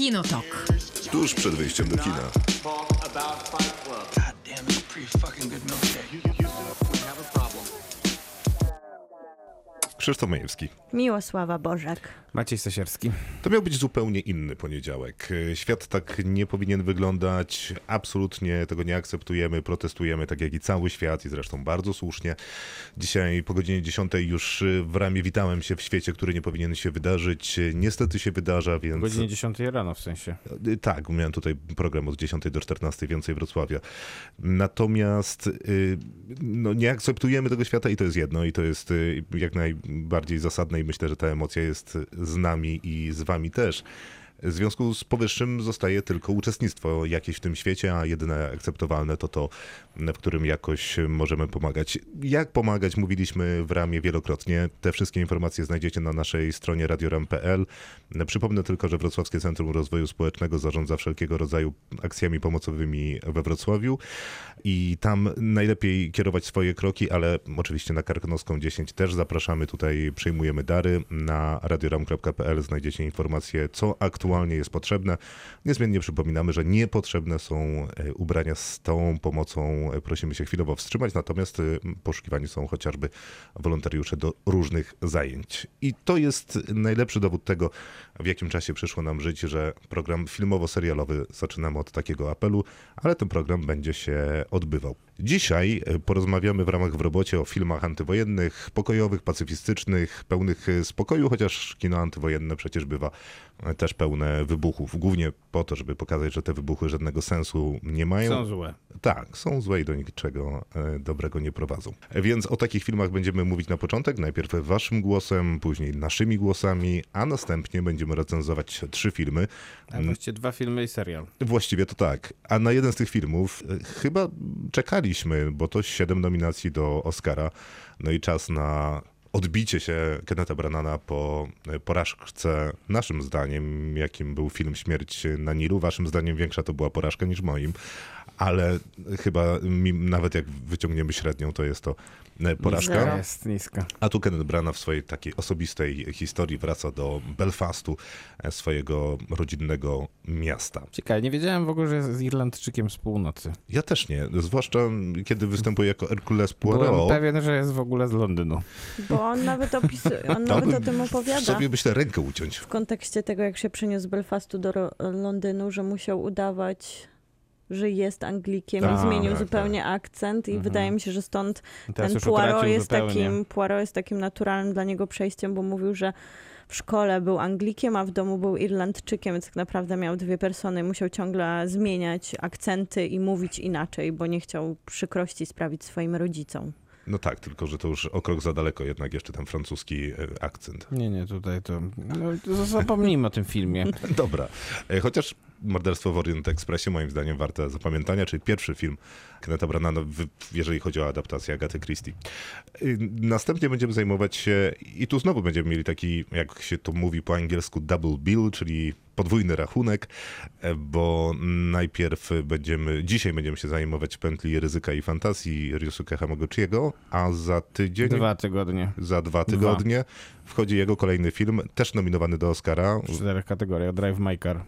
Kinotok. Tuż przed wyjściem do kina. Krzysztof Majewski. Miłosława Bożek. Maciej Stasierski. To miał być zupełnie inny poniedziałek. Świat tak nie powinien wyglądać. Absolutnie tego nie akceptujemy, protestujemy, tak jak i cały świat i zresztą bardzo słusznie. Dzisiaj po godzinie 10 już w ramię witałem się w świecie, który nie powinien się wydarzyć. Niestety się wydarza, więc... O godzinie 10 rano w sensie. Tak, miałem tutaj program od 10 do 14, więcej Wrocławia. Natomiast no, nie akceptujemy tego świata i to jest jedno i to jest jak najbardziej zasadne i myślę, że ta emocja jest z nami i z wami też. W związku z powyższym zostaje tylko uczestnictwo jakieś w tym świecie, a jedyne akceptowalne to to, w którym jakoś możemy pomagać. Jak pomagać, mówiliśmy w Ramie wielokrotnie. Te wszystkie informacje znajdziecie na naszej stronie radioram.pl. Przypomnę tylko, że Wrocławskie Centrum Rozwoju Społecznego zarządza wszelkiego rodzaju akcjami pomocowymi we Wrocławiu i tam najlepiej kierować swoje kroki, ale oczywiście na Karkonoską 10 też zapraszamy. Tutaj przyjmujemy dary. Na radioram.pl znajdziecie informacje, co aktualnie jest potrzebne. Niezmiennie przypominamy, że niepotrzebne są ubrania. Z tą pomocą prosimy się chwilowo wstrzymać, natomiast poszukiwani są chociażby wolontariusze do różnych zajęć. I to jest najlepszy dowód tego, w jakim czasie przyszło nam żyć, że program filmowo-serialowy zaczynamy od takiego apelu, ale ten program będzie się odbywał. Dzisiaj porozmawiamy w ramach W robocie o filmach antywojennych, pokojowych, pacyfistycznych, pełnych spokoju, chociaż kino antywojenne przecież bywa też pełne wybuchów. Głównie po to, żeby pokazać, że te wybuchy żadnego sensu nie mają. Są złe. Tak, są złe i do niczego dobrego nie prowadzą. Więc o takich filmach będziemy mówić na początek. Najpierw waszym głosem, później naszymi głosami, a następnie będziemy recenzować 3 filmy. A właściwie 2 filmy i serial. Właściwie to tak. A na jeden z tych filmów chyba czekaliśmy, bo to 7 nominacji do Oscara. No i czas na odbicie się Kennetha Branagha po porażce, naszym zdaniem, jakim był film Śmierć na Nilu. Waszym zdaniem większa to była porażka niż moim, ale chyba nawet jak wyciągniemy średnią, to jest to porażka. Jest niska. A tu Kenneth Branagh w swojej takiej osobistej historii wraca do Belfastu, swojego rodzinnego miasta. Ciekawe, nie wiedziałem w ogóle, że jest Irlandczykiem z północy. Ja też nie, zwłaszcza kiedy występuje jako Hercules Poirot. Byłem pewien, że jest w ogóle z Londynu. Bo on nawet opisuje, on nawet o tym opowiada. Sobie myślę rękę uciąć. W kontekście tego, jak się przeniósł z Belfastu do Londynu, że musiał udawać, że jest Anglikiem i zmienił zupełnie akcent i wydaje mi się, że stąd ten Poirot jest takim naturalnym dla niego przejściem, bo mówił, że w szkole był Anglikiem, a w domu był Irlandczykiem, więc tak naprawdę miał 2 persony i musiał ciągle zmieniać akcenty i mówić inaczej, bo nie chciał przykrości sprawić swoim rodzicom. No tak, tylko że to już o krok za daleko jednak jeszcze ten francuski akcent. Nie, tutaj to... No, zapomnijmy o tym filmie. Dobra, chociaż Morderstwo w Orient Expressie moim zdaniem warte zapamiętania, czyli pierwszy film Kennetha Branagha, jeżeli chodzi o adaptację Agaty Christie. Następnie będziemy zajmować się, i tu znowu będziemy mieli taki, jak się to mówi po angielsku, double bill, czyli podwójny rachunek, bo najpierw dzisiaj będziemy się zajmować Pętli Ryzyka i Fantazji Ryusuke Hamaguchiego, a za tydzień... 2 tygodnie. Za 2 tygodnie wchodzi jego kolejny film, też nominowany do Oscara. W 4 kategoriach, Drive My Car.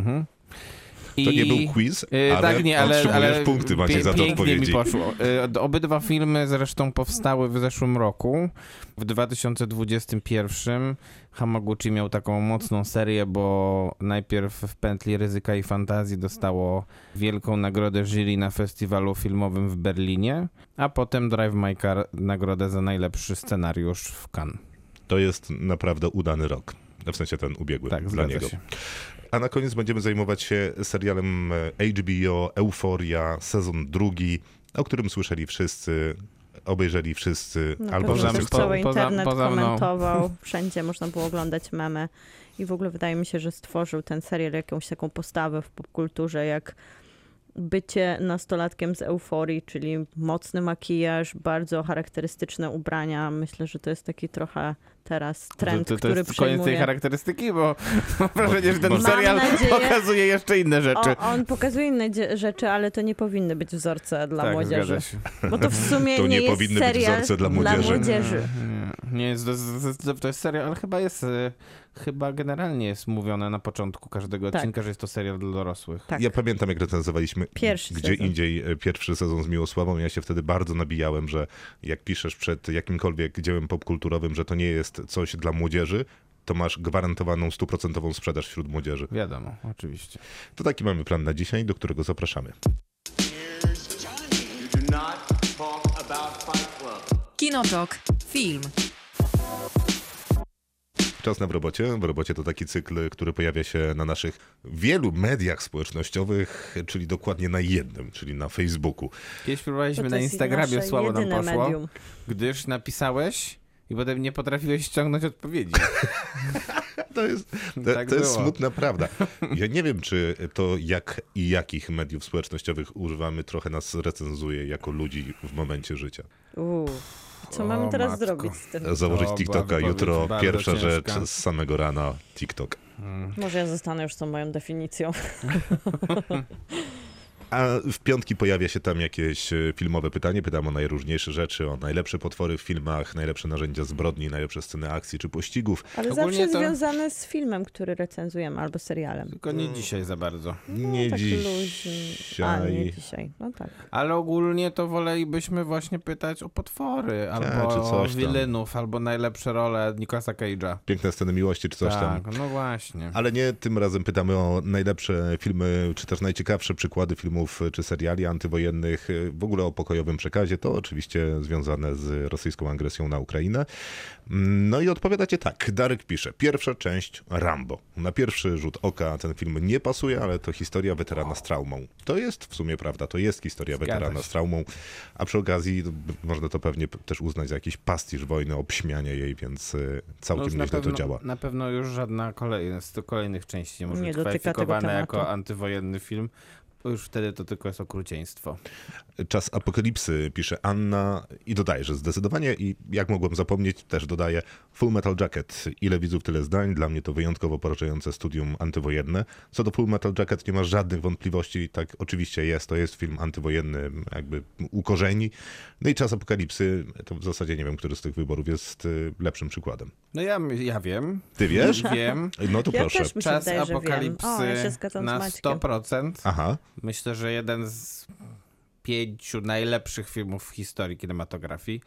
To nie był quiz, ale tak, nie, ale punkty macie za to odpowiedzi. Mi poszło. Obydwa filmy zresztą powstały w zeszłym roku. W 2021 Hamaguchi miał taką mocną serię, bo najpierw w Pętli Ryzyka i Fantazji dostało wielką nagrodę jury na festiwalu filmowym w Berlinie, a potem Drive My Car nagrodę za najlepszy scenariusz w Cannes. To jest naprawdę udany rok. W sensie ten ubiegły dla niego. Się. A na koniec będziemy zajmować się serialem HBO Euforia, sezon 2, o którym słyszeli wszyscy, obejrzeli wszyscy. Albo cały internet komentował, wszędzie można było oglądać memy i w ogóle wydaje mi się, że stworzył ten serial jakąś taką postawę w popkulturze, jak bycie nastolatkiem z Euforii, czyli mocny makijaż, bardzo charakterystyczne ubrania. Myślę, że to jest taki trochę teraz trend, który to jest przejmuje. koniec tej charakterystyki, bo mam wrażenie, że ten serial pokazuje jeszcze inne rzeczy. On pokazuje inne rzeczy, ale to nie powinny być wzorce dla młodzieży. Bo to w sumie to nie jest powinny serial być wzorce dla młodzieży. Nie jest, to jest serial, ale chyba generalnie jest mówione na początku każdego odcinka, że jest to serial dla dorosłych. Tak. Ja pamiętam, jak recenzowaliśmy indziej pierwszy sezon z Miłosławą. Ja się wtedy bardzo nabijałem, że jak piszesz przed jakimkolwiek dziełem popkulturowym, że to nie jest coś dla młodzieży, to masz gwarantowaną 100% sprzedaż wśród młodzieży. Wiadomo, oczywiście. To taki mamy plan na dzisiaj, do którego zapraszamy. Kinotok. Film. Czas na W robocie. W robocie to taki cykl, który pojawia się na naszych wielu mediach społecznościowych, czyli dokładnie na jednym, czyli na Facebooku. Kiedyś próbowaliśmy na Instagramie, słabo nam poszło, medium. Gdyż napisałeś i potem nie potrafiłeś ściągnąć odpowiedzi. To jest smutna prawda. Ja nie wiem, czy to jak i jakich mediów społecznościowych używamy trochę nas recenzuje jako ludzi w momencie życia. Co mamy teraz zrobić z tym? Założyć TikToka jutro. Pierwsza rzecz z samego rana TikTok. Może ja zostanę już z tą moją definicją. A w piątki pojawia się tam jakieś filmowe pytanie. Pytam o najróżniejsze rzeczy, o najlepsze potwory w filmach, najlepsze narzędzia zbrodni, najlepsze sceny akcji czy pościgów. Ale zawsze jest związane z filmem, który recenzujemy, albo serialem. Tylko nie dzisiaj za bardzo. Nie tak dzisiaj. Nie dzisiaj. No tak. Ale ogólnie to wolelibyśmy właśnie pytać o potwory, albo o wilenów, albo najlepsze role Nicolasa Cage'a. Piękne sceny miłości, czy coś tam. Tak, no właśnie. Ale nie tym razem pytamy o najlepsze filmy, czy też najciekawsze przykłady filmów czy seriali antywojennych, w ogóle o pokojowym przekazie. To oczywiście związane z rosyjską agresją na Ukrainę. No i odpowiadacie tak. Darek pisze, pierwsza część Rambo. Na pierwszy rzut oka ten film nie pasuje, ale to historia weterana z traumą. To jest w sumie prawda, to jest historia weterana z traumą, a przy okazji można to pewnie też uznać za jakiś pastisz wojny, obśmianie jej, więc całkiem nieźle to działa. Na pewno już żadna z kolejnych części nie może być kwalifikowana jako antywojenny film. Bo już wtedy to tylko jest okrucieństwo. Czas apokalipsy, pisze Anna i dodaje, że zdecydowanie i jak mogłem zapomnieć, też dodaje Full Metal Jacket. Ile widzów, tyle zdań. Dla mnie to wyjątkowo porażające studium antywojenne. Co do Full Metal Jacket nie ma żadnych wątpliwości. Tak, oczywiście jest, to jest film antywojenny, jakby u korzeni. No i Czas apokalipsy, to w zasadzie nie wiem, który z tych wyborów jest lepszym przykładem. No ja wiem. Ty wiesz? Wiem. No to proszę. Czas apokalipsy na 100%. Aha. Myślę, że jeden z 5 najlepszych filmów w historii kinematografii,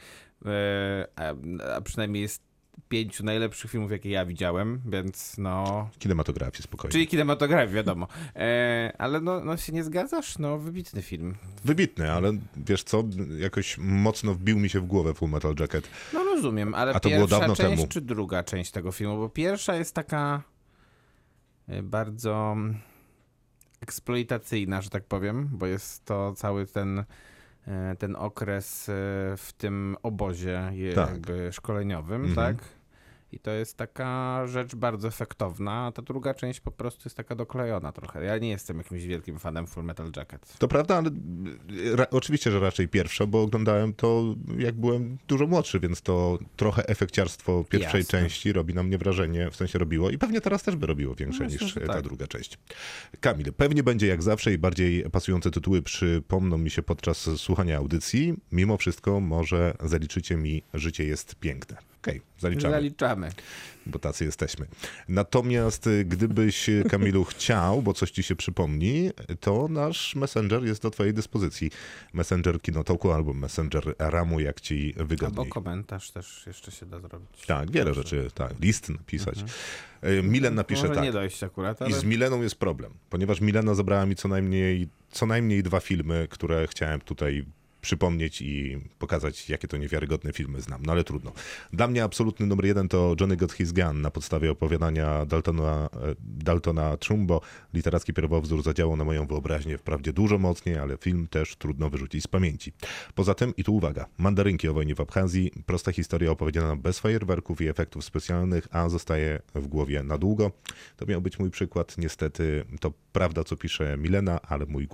a przynajmniej jest 5 najlepszych filmów, jakie ja widziałem, więc no... Kinematografii, spokojnie. Czyli kinematografii, wiadomo. Ale no się nie zgadzasz? No wybitny film. Wybitny, ale wiesz co, jakoś mocno wbił mi się w głowę Full Metal Jacket. No rozumiem, ale a to było dawno część temu. Czy druga część tego filmu? Bo pierwsza jest taka bardzo eksploitacyjna, że tak powiem, bo jest to cały ten okres w tym obozie jakby szkoleniowym, tak? I to jest taka rzecz bardzo efektowna, a ta druga część po prostu jest taka doklejona trochę. Ja nie jestem jakimś wielkim fanem Full Metal Jacket. To prawda, ale oczywiście, że raczej pierwsza, bo oglądałem to jak byłem dużo młodszy, więc to trochę efekciarstwo pierwszej części robi na mnie wrażenie, w sensie robiło i pewnie teraz też by robiło większe niż ta druga część. Kamil, pewnie będzie jak zawsze i bardziej pasujące tytuły przypomną mi się podczas słuchania audycji. Mimo wszystko może zaliczycie mi Życie jest piękne. Okej, zaliczamy. Bo tacy jesteśmy. Natomiast gdybyś, Kamilu, chciał, bo coś ci się przypomni, to nasz Messenger jest do twojej dyspozycji. Messenger Kinotoku albo Messenger Ramu, jak ci wygodniej. Albo komentarz też jeszcze się da zrobić. Tak, wiele rzeczy, tak, list napisać. Milen napisze może tak. nie dojść akurat, ale... I z Mileną jest problem, ponieważ Milena zabrała mi co najmniej 2 filmy, które chciałem tutaj przypomnieć i pokazać, jakie to niewiarygodne filmy znam. No ale trudno. Dla mnie absolutny numer 1 to Johnny Got His Gun na podstawie opowiadania Daltona Trumbo. Literacki pierwowzór zadziałał na moją wyobraźnię wprawdzie dużo mocniej, ale film też trudno wyrzucić z pamięci. Poza tym, i tu uwaga, Mandarynki o wojnie w Abchazji, prosta historia opowiedziana bez fajerwerków i efektów specjalnych, a zostaje w głowie na długo. To miał być mój przykład. Niestety to prawda, co pisze Milena, ale mój głos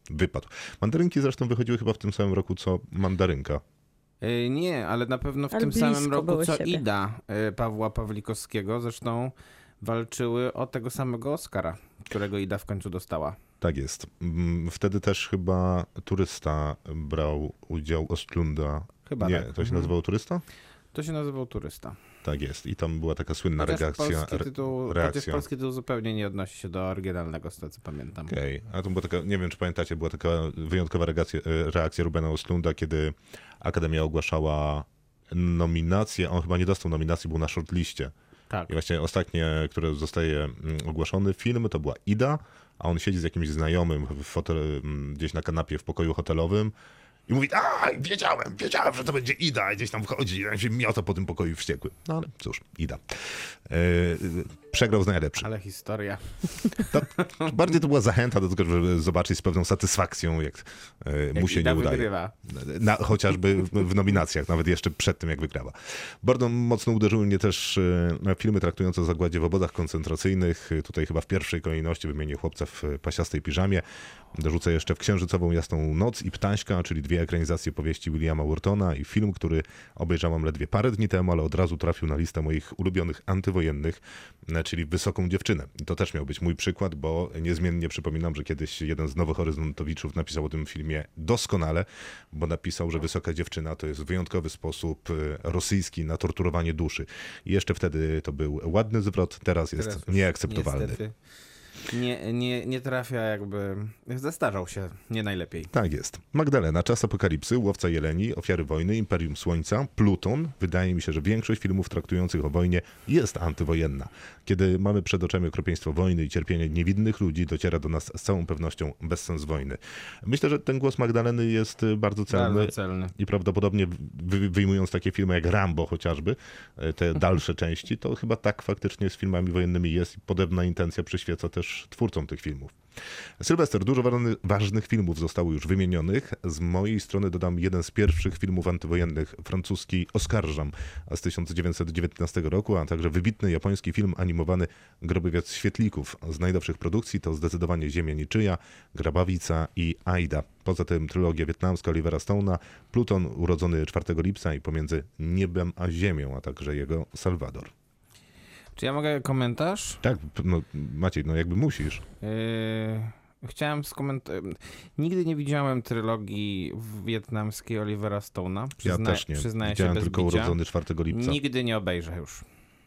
wypadł. Mandarynki zresztą wychodziły chyba w tym samym roku, co Mandarynka. Nie, ale na pewno w tym samym roku, co Ida Pawła Pawlikowskiego. Zresztą walczyły o tego samego Oscara, którego Ida w końcu dostała. Tak jest. Wtedy też chyba Turysta brał udział, Ostlunda. Chyba nie, tak. To się nazywało Turysta? To się nazywał Turysta. Tak jest. I tam była taka słynna reakcja. Chociaż polski tytuł zupełnie nie odnosi się do oryginalnego, z tego co pamiętam. Okej. A to była taka, nie wiem czy pamiętacie, była taka wyjątkowa reakcja Rubena Ostlunda, kiedy Akademia ogłaszała nominację. On chyba nie dostał nominacji, był na shortliście. Tak. I właśnie ostatnie, które zostaje ogłoszony film, to była Ida, a on siedzi z jakimś znajomym gdzieś na kanapie w pokoju hotelowym i mówi, wiedziałem, że to będzie Ida, i gdzieś tam wchodzi i się miota po tym pokoju wściekły. No ale cóż, Ida. Przegrał z najlepszym. Ale historia. Bardziej to była zachęta do tego, żeby zobaczyć z pewną satysfakcją, jak mu się Ida nie udaje. Wygrywa. Chociażby w nominacjach, nawet jeszcze przed tym, jak wygrała. Bardzo mocno uderzyły mnie też filmy traktujące o zagładzie w obozach koncentracyjnych. Tutaj chyba w pierwszej kolejności wymienię Chłopca w pasiastej piżamie. Dorzucę jeszcze W księżycową jasną noc i Ptaśka, czyli 2 ekranizacje powieści Williama Whartona i film, który obejrzałem ledwie parę dni temu, ale od razu trafił na listę moich ulubionych antywojennych, czyli Wysoką dziewczynę. I to też miał być mój przykład, bo niezmiennie przypominam, że kiedyś jeden z nowohoryzontowiczów napisał o tym filmie doskonale, bo napisał, że Wysoka dziewczyna to jest wyjątkowy sposób rosyjski na torturowanie duszy. I jeszcze wtedy to był ładny zwrot, teraz jest nieakceptowalny. Niestety. Nie trafia jakby... Zestarzał się nie najlepiej. Tak jest. Magdalena, Czas apokalipsy, Łowca jeleni, Ofiary wojny, Imperium Słońca, Pluton. Wydaje mi się, że większość filmów traktujących o wojnie jest antywojenna. Kiedy mamy przed oczami okropieństwo wojny i cierpienie niewinnych ludzi, dociera do nas z całą pewnością bezsens wojny. Myślę, że ten głos Magdaleny jest bardzo celny. Bardzo celny. I prawdopodobnie wyjmując takie filmy jak Rambo chociażby, te dalsze części, to chyba tak faktycznie z filmami wojennymi jest i podobna intencja przyświeca też twórcom tych filmów. Sylwester, dużo ważnych filmów zostało już wymienionych. Z mojej strony dodam jeden z pierwszych filmów antywojennych, francuski Oskarżam z 1919 roku, a także wybitny japoński film animowany Grobowiec Świetlików. Z najdowszych produkcji to zdecydowanie Ziemia niczyja, Grabawica i Aida. Poza tym trylogia wietnamska Olivera Stone'a, Pluton urodzony 4 lipca i Pomiędzy niebem a ziemią, a także jego Salwador. Czy ja mogę komentarz? Tak, no Maciej, no jakby musisz. Chciałem skomentować. Nigdy nie widziałem trylogii wietnamskiej Olivera Stone'a. Ja też nie. Przyznaję Widziałem się bez tylko bicia. Urodzony 4 lipca. Nigdy nie obejrzę już.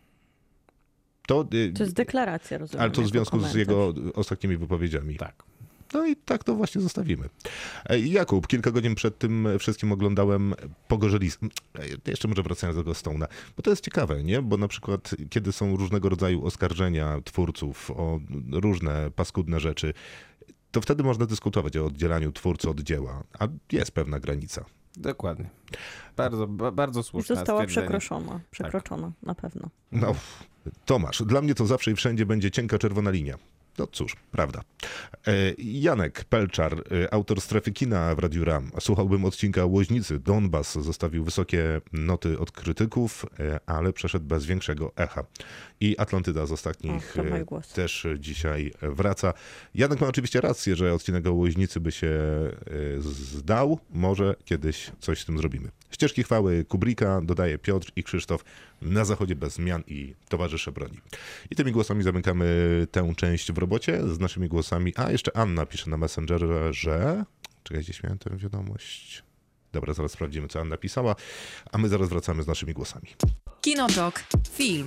To jest deklaracja, rozumiem. Ale to w związku z jego ostatnimi wypowiedziami. Tak. No i tak to właśnie zostawimy. Jakub, kilka godzin przed tym wszystkim oglądałem Pogorzeli... Jeszcze może wracając do tego Stone'a, bo to jest ciekawe, nie? Bo na przykład kiedy są różnego rodzaju oskarżenia twórców o różne paskudne rzeczy, to wtedy można dyskutować o oddzielaniu twórcy od dzieła, a jest pewna granica. Dokładnie. Bardzo słuszne. Została przekroczona, na pewno. No, Tomasz, dla mnie to zawsze i wszędzie będzie cienka czerwona linia. No cóż, prawda. Janek Pelczar, autor Strefy Kina w Radiu RAM. Słuchałbym odcinka Łoźnicy. Donbas zostawił wysokie noty od krytyków, ale przeszedł bez większego echa. I Atlantyda z ostatnich też dzisiaj wraca. Janek ma oczywiście rację, że odcinek o Łoźnicy by się zdał. Może kiedyś coś z tym zrobimy. Ścieżki chwały Kubricka dodaje Piotr i Krzysztof. Na zachodzie bez zmian i towarzysze broni. I tymi głosami zamykamy tę część w robocie z naszymi głosami. A jeszcze Anna pisze na Messengerze, że... Czekajcie, śmiałem tę wiadomość. Dobra, zaraz sprawdzimy, co Anna pisała, a my zaraz wracamy z naszymi głosami. Kinotok. Film.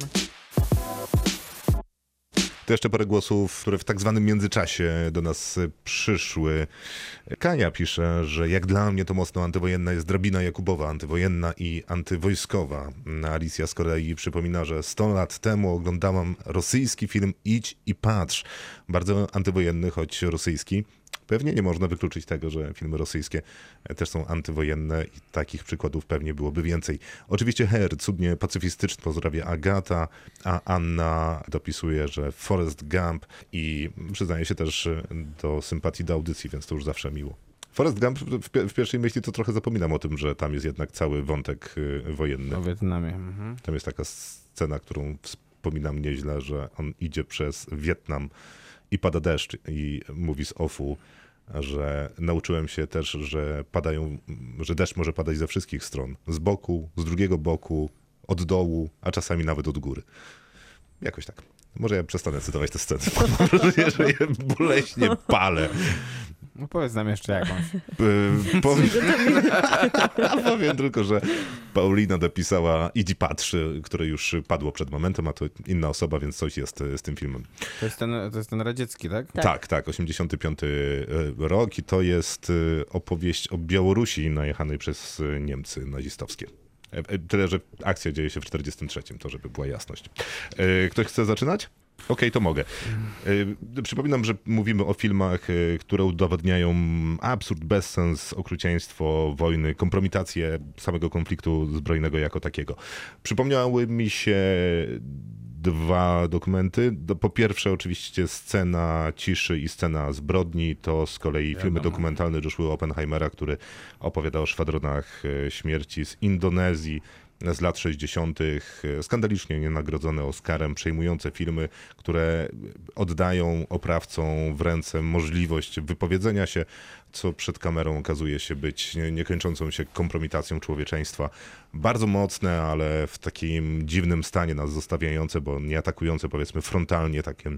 To jeszcze parę głosów, które w tak zwanym międzyczasie do nas przyszły. Kaja pisze, że jak dla mnie to mocno antywojenna jest Drabina Jakubowa, antywojenna i antywojskowa. Alicja z Korei przypomina, że 100 lat temu oglądałam rosyjski film Idź i patrz. Bardzo antywojenny, choć rosyjski. Pewnie nie można wykluczyć tego, że filmy rosyjskie też są antywojenne i takich przykładów pewnie byłoby więcej. Oczywiście Her, cudnie pacyfistyczny, pozdrawia Agata, a Anna dopisuje, że Forrest Gump i przyznaje się też do sympatii do audycji, więc to już zawsze miło. Forrest Gump w pierwszej myśli to trochę zapominam o tym, że tam jest jednak cały wątek wojenny. O Wietnamie. Mhm. Tam jest taka scena, którą wspominam nieźle, że on idzie przez Wietnam i pada deszcz i mówi z offu że nauczyłem się też, że deszcz może padać ze wszystkich stron. Z boku, z drugiego boku, od dołu, a czasami nawet od góry. Jakoś tak. Może ja przestanę cytować tę scenę. Mam wrażenie, że je boleśnie palę. No powiedz nam jeszcze jakąś. Powiem tylko, że Paulina dopisała Idź i patrz, które już padło przed momentem, a to inna osoba, więc coś jest z tym filmem. To jest ten radziecki, tak? Tak, 85 rok i to jest opowieść o Białorusi najechanej przez Niemcy nazistowskie. Tyle, że akcja dzieje się w 1943, to żeby była jasność. Ktoś chce zaczynać? Okej, to mogę. Przypominam, że mówimy o filmach, które udowadniają absurd, bezsens, okrucieństwo wojny, kompromitację samego konfliktu zbrojnego jako takiego. Przypomniały mi się dwa dokumenty. Po pierwsze oczywiście Scena ciszy i Scena zbrodni, to z kolei filmy dokumentalne Joshua Oppenheimera, który opowiada o szwadronach śmierci z Indonezji z lat 60. skandalicznie nienagrodzone Oscarem, przejmujące filmy, które oddają oprawcom w ręce możliwość wypowiedzenia się, co przed kamerą okazuje się być niekończącą się kompromitacją człowieczeństwa. Bardzo mocne, ale w takim dziwnym stanie nas zostawiające, bo nie atakujące powiedzmy frontalnie takim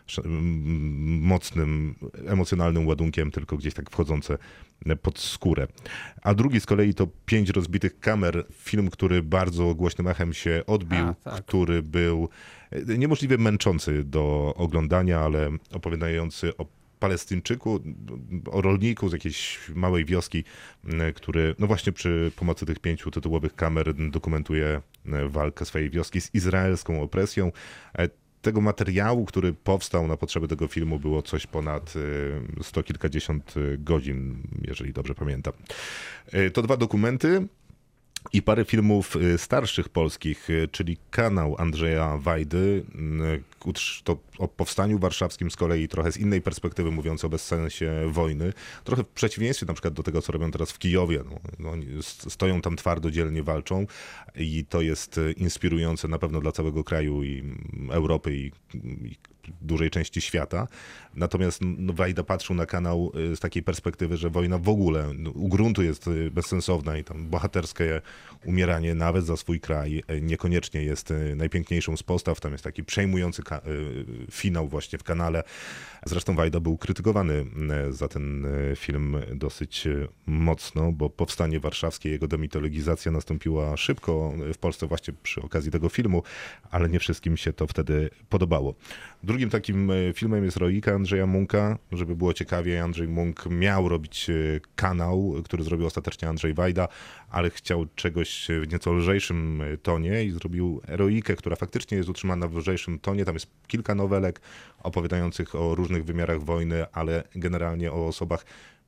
mocnym, emocjonalnym ładunkiem, tylko gdzieś tak wchodzące pod skórę. A drugi z kolei to 5 rozbitych kamer, film, który bardzo głośnym echem się odbił, który był niemożliwie męczący do oglądania, ale opowiadający o Palestyńczyku, o rolniku z jakiejś małej wioski, który no właśnie przy pomocy tych 5 tytułowych kamer dokumentuje walkę swojej wioski z izraelską opresją. Tego materiału, który powstał na potrzeby tego filmu, było coś ponad 100 kilkadziesiąt godzin, jeżeli dobrze pamiętam. To 2 dokumenty i parę filmów starszych polskich, czyli Kanał Andrzeja Wajdy, to o powstaniu warszawskim z kolei trochę z innej perspektywy, mówiąc o bezsensie wojny. Trochę w przeciwieństwie na przykład do tego, co robią teraz w Kijowie. Oni stoją tam twardo, dzielnie walczą i to jest inspirujące na pewno dla całego kraju i Europy i dużej części świata. Natomiast Wajda patrzył na kanał z takiej perspektywy, że wojna w ogóle u gruntu jest bezsensowna i tam bohaterskie umieranie nawet za swój kraj niekoniecznie jest najpiękniejszą z postaw. Tam jest taki przejmujący finał właśnie w kanale. Zresztą Wajda był krytykowany za ten film dosyć mocno, bo powstanie warszawskie, jego demitologizacja nastąpiła szybko w Polsce właśnie przy okazji tego filmu, ale nie wszystkim się to wtedy podobało. Drugim takim filmem jest Roika Andrzeja Munka. Żeby było ciekawiej, Andrzej Munk miał robić kanał, który zrobił ostatecznie Andrzej Wajda, ale chciał czegoś w nieco lżejszym tonie i zrobił Eroikę, która faktycznie jest utrzymana w lżejszym tonie. Tam jest kilka nowelek opowiadających o różnych wymiarach wojny, ale generalnie o osobach,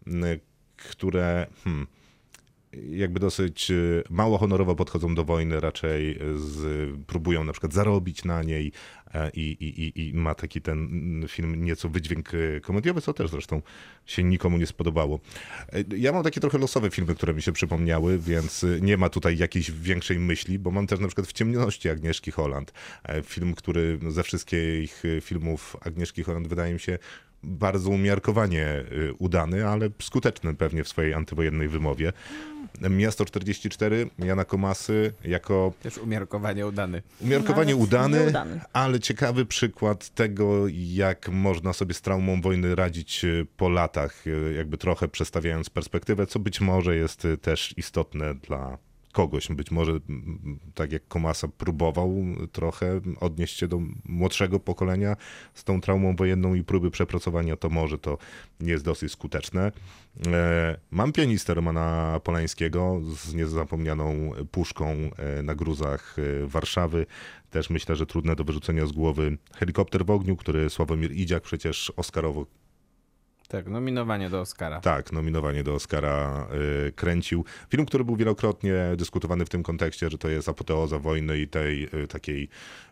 które jakby dosyć mało honorowo podchodzą do wojny, raczej próbują na przykład zarobić na niej i ma taki ten film nieco wydźwięk komediowy, co też zresztą się nikomu nie spodobało. Ja mam takie trochę losowe filmy, które mi się przypomniały, więc nie ma tutaj jakiejś większej myśli, bo mam też na przykład W ciemności Agnieszki Holland. Film, który ze wszystkich filmów Agnieszki Holland wydaje mi się bardzo umiarkowanie udany, ale skuteczny pewnie w swojej antywojennej wymowie. Miasto 44 Jana Komasy jako... Też umiarkowanie udany. Umiarkowanie udany, ale ciekawy przykład tego, jak można sobie z traumą wojny radzić po latach, jakby trochę przestawiając perspektywę, co być może jest też istotne dla kogoś. Być może, tak jak Komasa próbował trochę odnieść się do młodszego pokolenia z tą traumą wojenną i próby przepracowania, to może to nie jest dosyć skuteczne. Mam Pianistę Romana Polańskiego z niezapomnianą puszką na gruzach Warszawy. Też myślę, że trudne do wyrzucenia z głowy Helikopter w ogniu, który Sławomir Idziak przecież oscarowo nominowanie do Oscara. Tak, nominowanie do Oscara kręcił. Film, który był wielokrotnie dyskutowany w tym kontekście, że to jest apoteoza wojny i tej takiej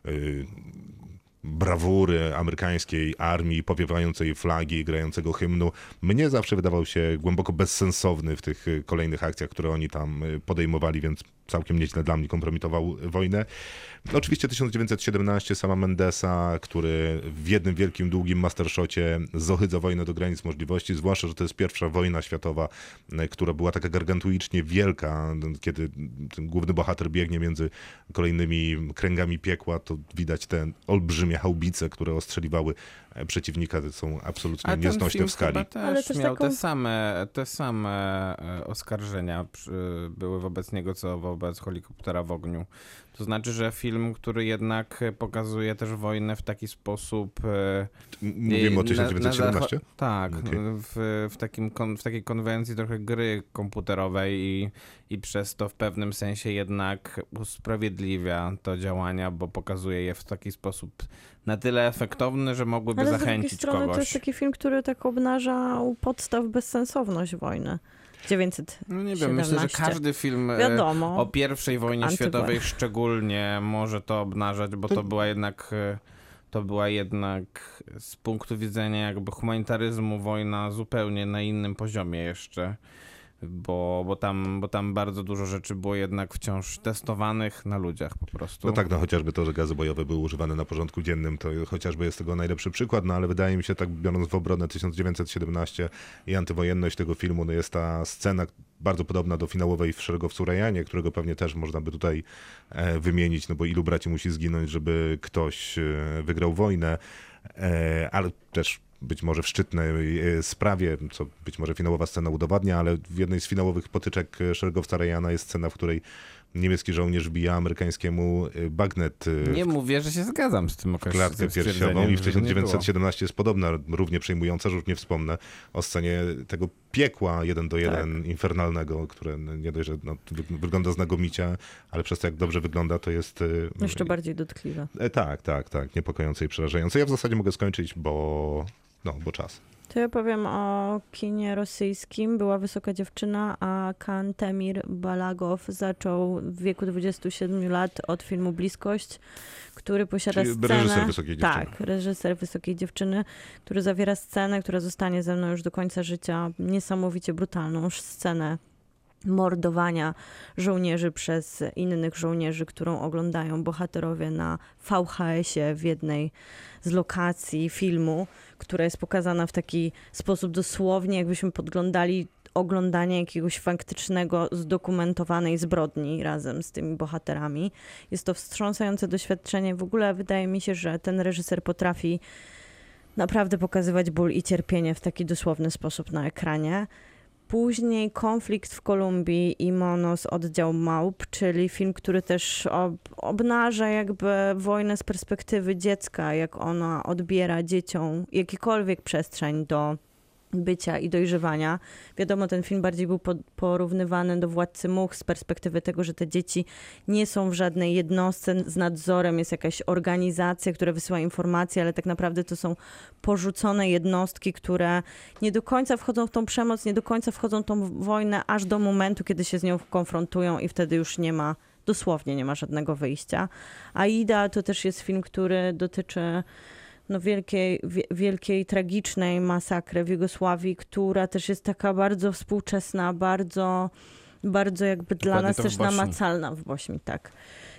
brawury amerykańskiej armii, powiewającej flagi, grającego hymnu. Mnie zawsze wydawał się głęboko bezsensowny w tych kolejnych akcjach, które oni tam podejmowali, więc całkiem nieźle dla mnie kompromitował wojnę. Oczywiście 1917 Sama Mendesa, który w jednym wielkim, długim mastershocie zohydza wojnę do granic możliwości, zwłaszcza, że to jest pierwsza wojna światowa, która była taka gargantuicznie wielka, kiedy ten główny bohater biegnie między kolejnymi kręgami piekła, to widać te olbrzymie haubice, które ostrzeliwały przeciwnika, są absolutnie nieznośne w skali. Ale ten film chyba też miał te same oskarżenia były wobec niego, co wobec Helikoptera w ogniu. To znaczy, że film, który jednak pokazuje też wojnę w taki sposób... Mówimy o 1917? Tak, okay. w takiej konwencji trochę gry komputerowej i przez to w pewnym sensie jednak usprawiedliwia to działania, bo pokazuje je w taki sposób na tyle efektowny, że mogłyby zachęcić kogoś. Ale z drugiej strony to jest taki film, który tak obnaża u podstaw bezsensowność wojny. 917. No nie wiem, myślę, że każdy film o I wojnie światowej szczególnie może to obnażać, bo to była jednak z punktu widzenia jakby humanitaryzmu wojna zupełnie na innym poziomie jeszcze. Bo tam bardzo dużo rzeczy było jednak wciąż testowanych na ludziach po prostu. No tak, no chociażby to, że gazy bojowe były używane na porządku dziennym, to chociażby jest tego najlepszy przykład, no ale wydaje mi się, tak biorąc w obronę 1917 i antywojenność tego filmu, no jest ta scena bardzo podobna do finałowej w Szeregowcu Rajanie, którego pewnie też można by tutaj wymienić, no bo ilu braci musi zginąć, żeby ktoś wygrał wojnę, ale też być może w szczytnej sprawie, co być może finałowa scena udowadnia, ale w jednej z finałowych potyczek Szeregowca Rajana jest scena, w której niemiecki żołnierz wbija amerykańskiemu bagnet. Nie mówię, że się zgadzam z tym określeniem. Klatkę piersiową i w 1917 jest podobna, równie przejmująca, że już nie wspomnę o scenie tego piekła 1:1 tak. infernalnego, które nie dość, że wygląda znakomicie, ale przez to jak dobrze wygląda, to jest... Jeszcze bardziej dotkliwe. Tak, niepokojące i przerażające. Ja w zasadzie mogę skończyć, bo czas. To ja powiem o kinie rosyjskim. Była Wysoka dziewczyna, a Kantemir Balagow zaczął w wieku 27 lat od filmu Bliskość, który posiada scenę... Reżyser Wysokiej dziewczyny. Tak, reżyser Wysokiej dziewczyny, który zawiera scenę, która zostanie ze mną już do końca życia. Niesamowicie brutalną scenę mordowania żołnierzy przez innych żołnierzy, którą oglądają bohaterowie na VHS-ie w jednej z lokacji filmu, która jest pokazana w taki sposób dosłownie, jakbyśmy podglądali oglądanie jakiegoś faktycznego, zdokumentowanej zbrodni razem z tymi bohaterami. Jest to wstrząsające doświadczenie. W ogóle wydaje mi się, że ten reżyser potrafi naprawdę pokazywać ból i cierpienie w taki dosłowny sposób na ekranie. Później Konflikt w Kolumbii i Monos, Oddział Małp, czyli film, który też obnaża jakby wojnę z perspektywy dziecka, jak ona odbiera dzieciom jakikolwiek przestrzeń do bycia i dojrzewania. Wiadomo, ten film bardziej był porównywany do Władcy Much z perspektywy tego, że te dzieci nie są w żadnej jednostce z nadzorem, jest jakaś organizacja, która wysyła informacje, ale tak naprawdę to są porzucone jednostki, które nie do końca wchodzą w tą przemoc, nie do końca wchodzą w tą wojnę, aż do momentu, kiedy się z nią konfrontują i wtedy już dosłownie nie ma żadnego wyjścia. Aida to też jest film, który dotyczy wielkiej, tragicznej masakry w Jugosławii, która też jest taka bardzo współczesna, bardzo, bardzo jakby dla nas też namacalna w Bośni, tak.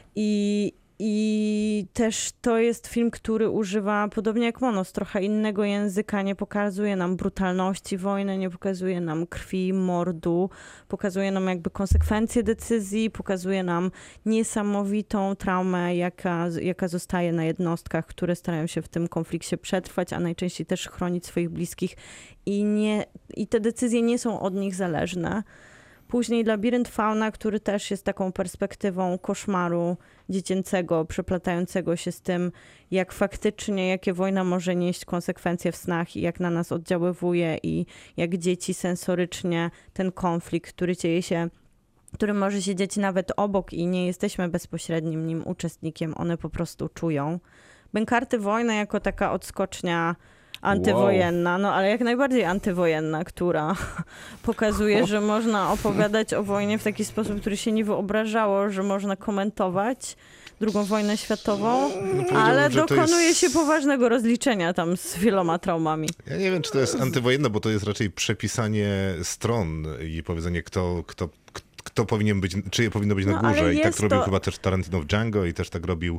I też to jest film, który używa, podobnie jak Monos, trochę innego języka, nie pokazuje nam brutalności wojny, nie pokazuje nam krwi, mordu, pokazuje nam jakby konsekwencje decyzji, pokazuje nam niesamowitą traumę, jaka zostaje na jednostkach, które starają się w tym konflikcie przetrwać, a najczęściej też chronić swoich bliskich i te decyzje nie są od nich zależne. Później Labirynt Fauna, który też jest taką perspektywą koszmaru dziecięcego, przeplatającego się z tym, jak faktycznie, jakie wojna może nieść konsekwencje w snach i jak na nas oddziaływuje i jak dzieci sensorycznie ten konflikt, który może się dziać nawet obok i nie jesteśmy bezpośrednim nim uczestnikiem, one po prostu czują. Bękarty Wojny jako taka odskocznia antywojenna, ale jak najbardziej antywojenna, która pokazuje, że można opowiadać o wojnie w taki sposób, który się nie wyobrażało, że można komentować II wojnę światową, ale dokonuje się poważnego rozliczenia tam z wieloma traumami. Ja nie wiem, czy to jest antywojenne, bo to jest raczej przepisanie stron i powiedzenie, kto kto powinien być, czyje powinno być na górze. I tak robił chyba też Tarantino w Django i też tak robił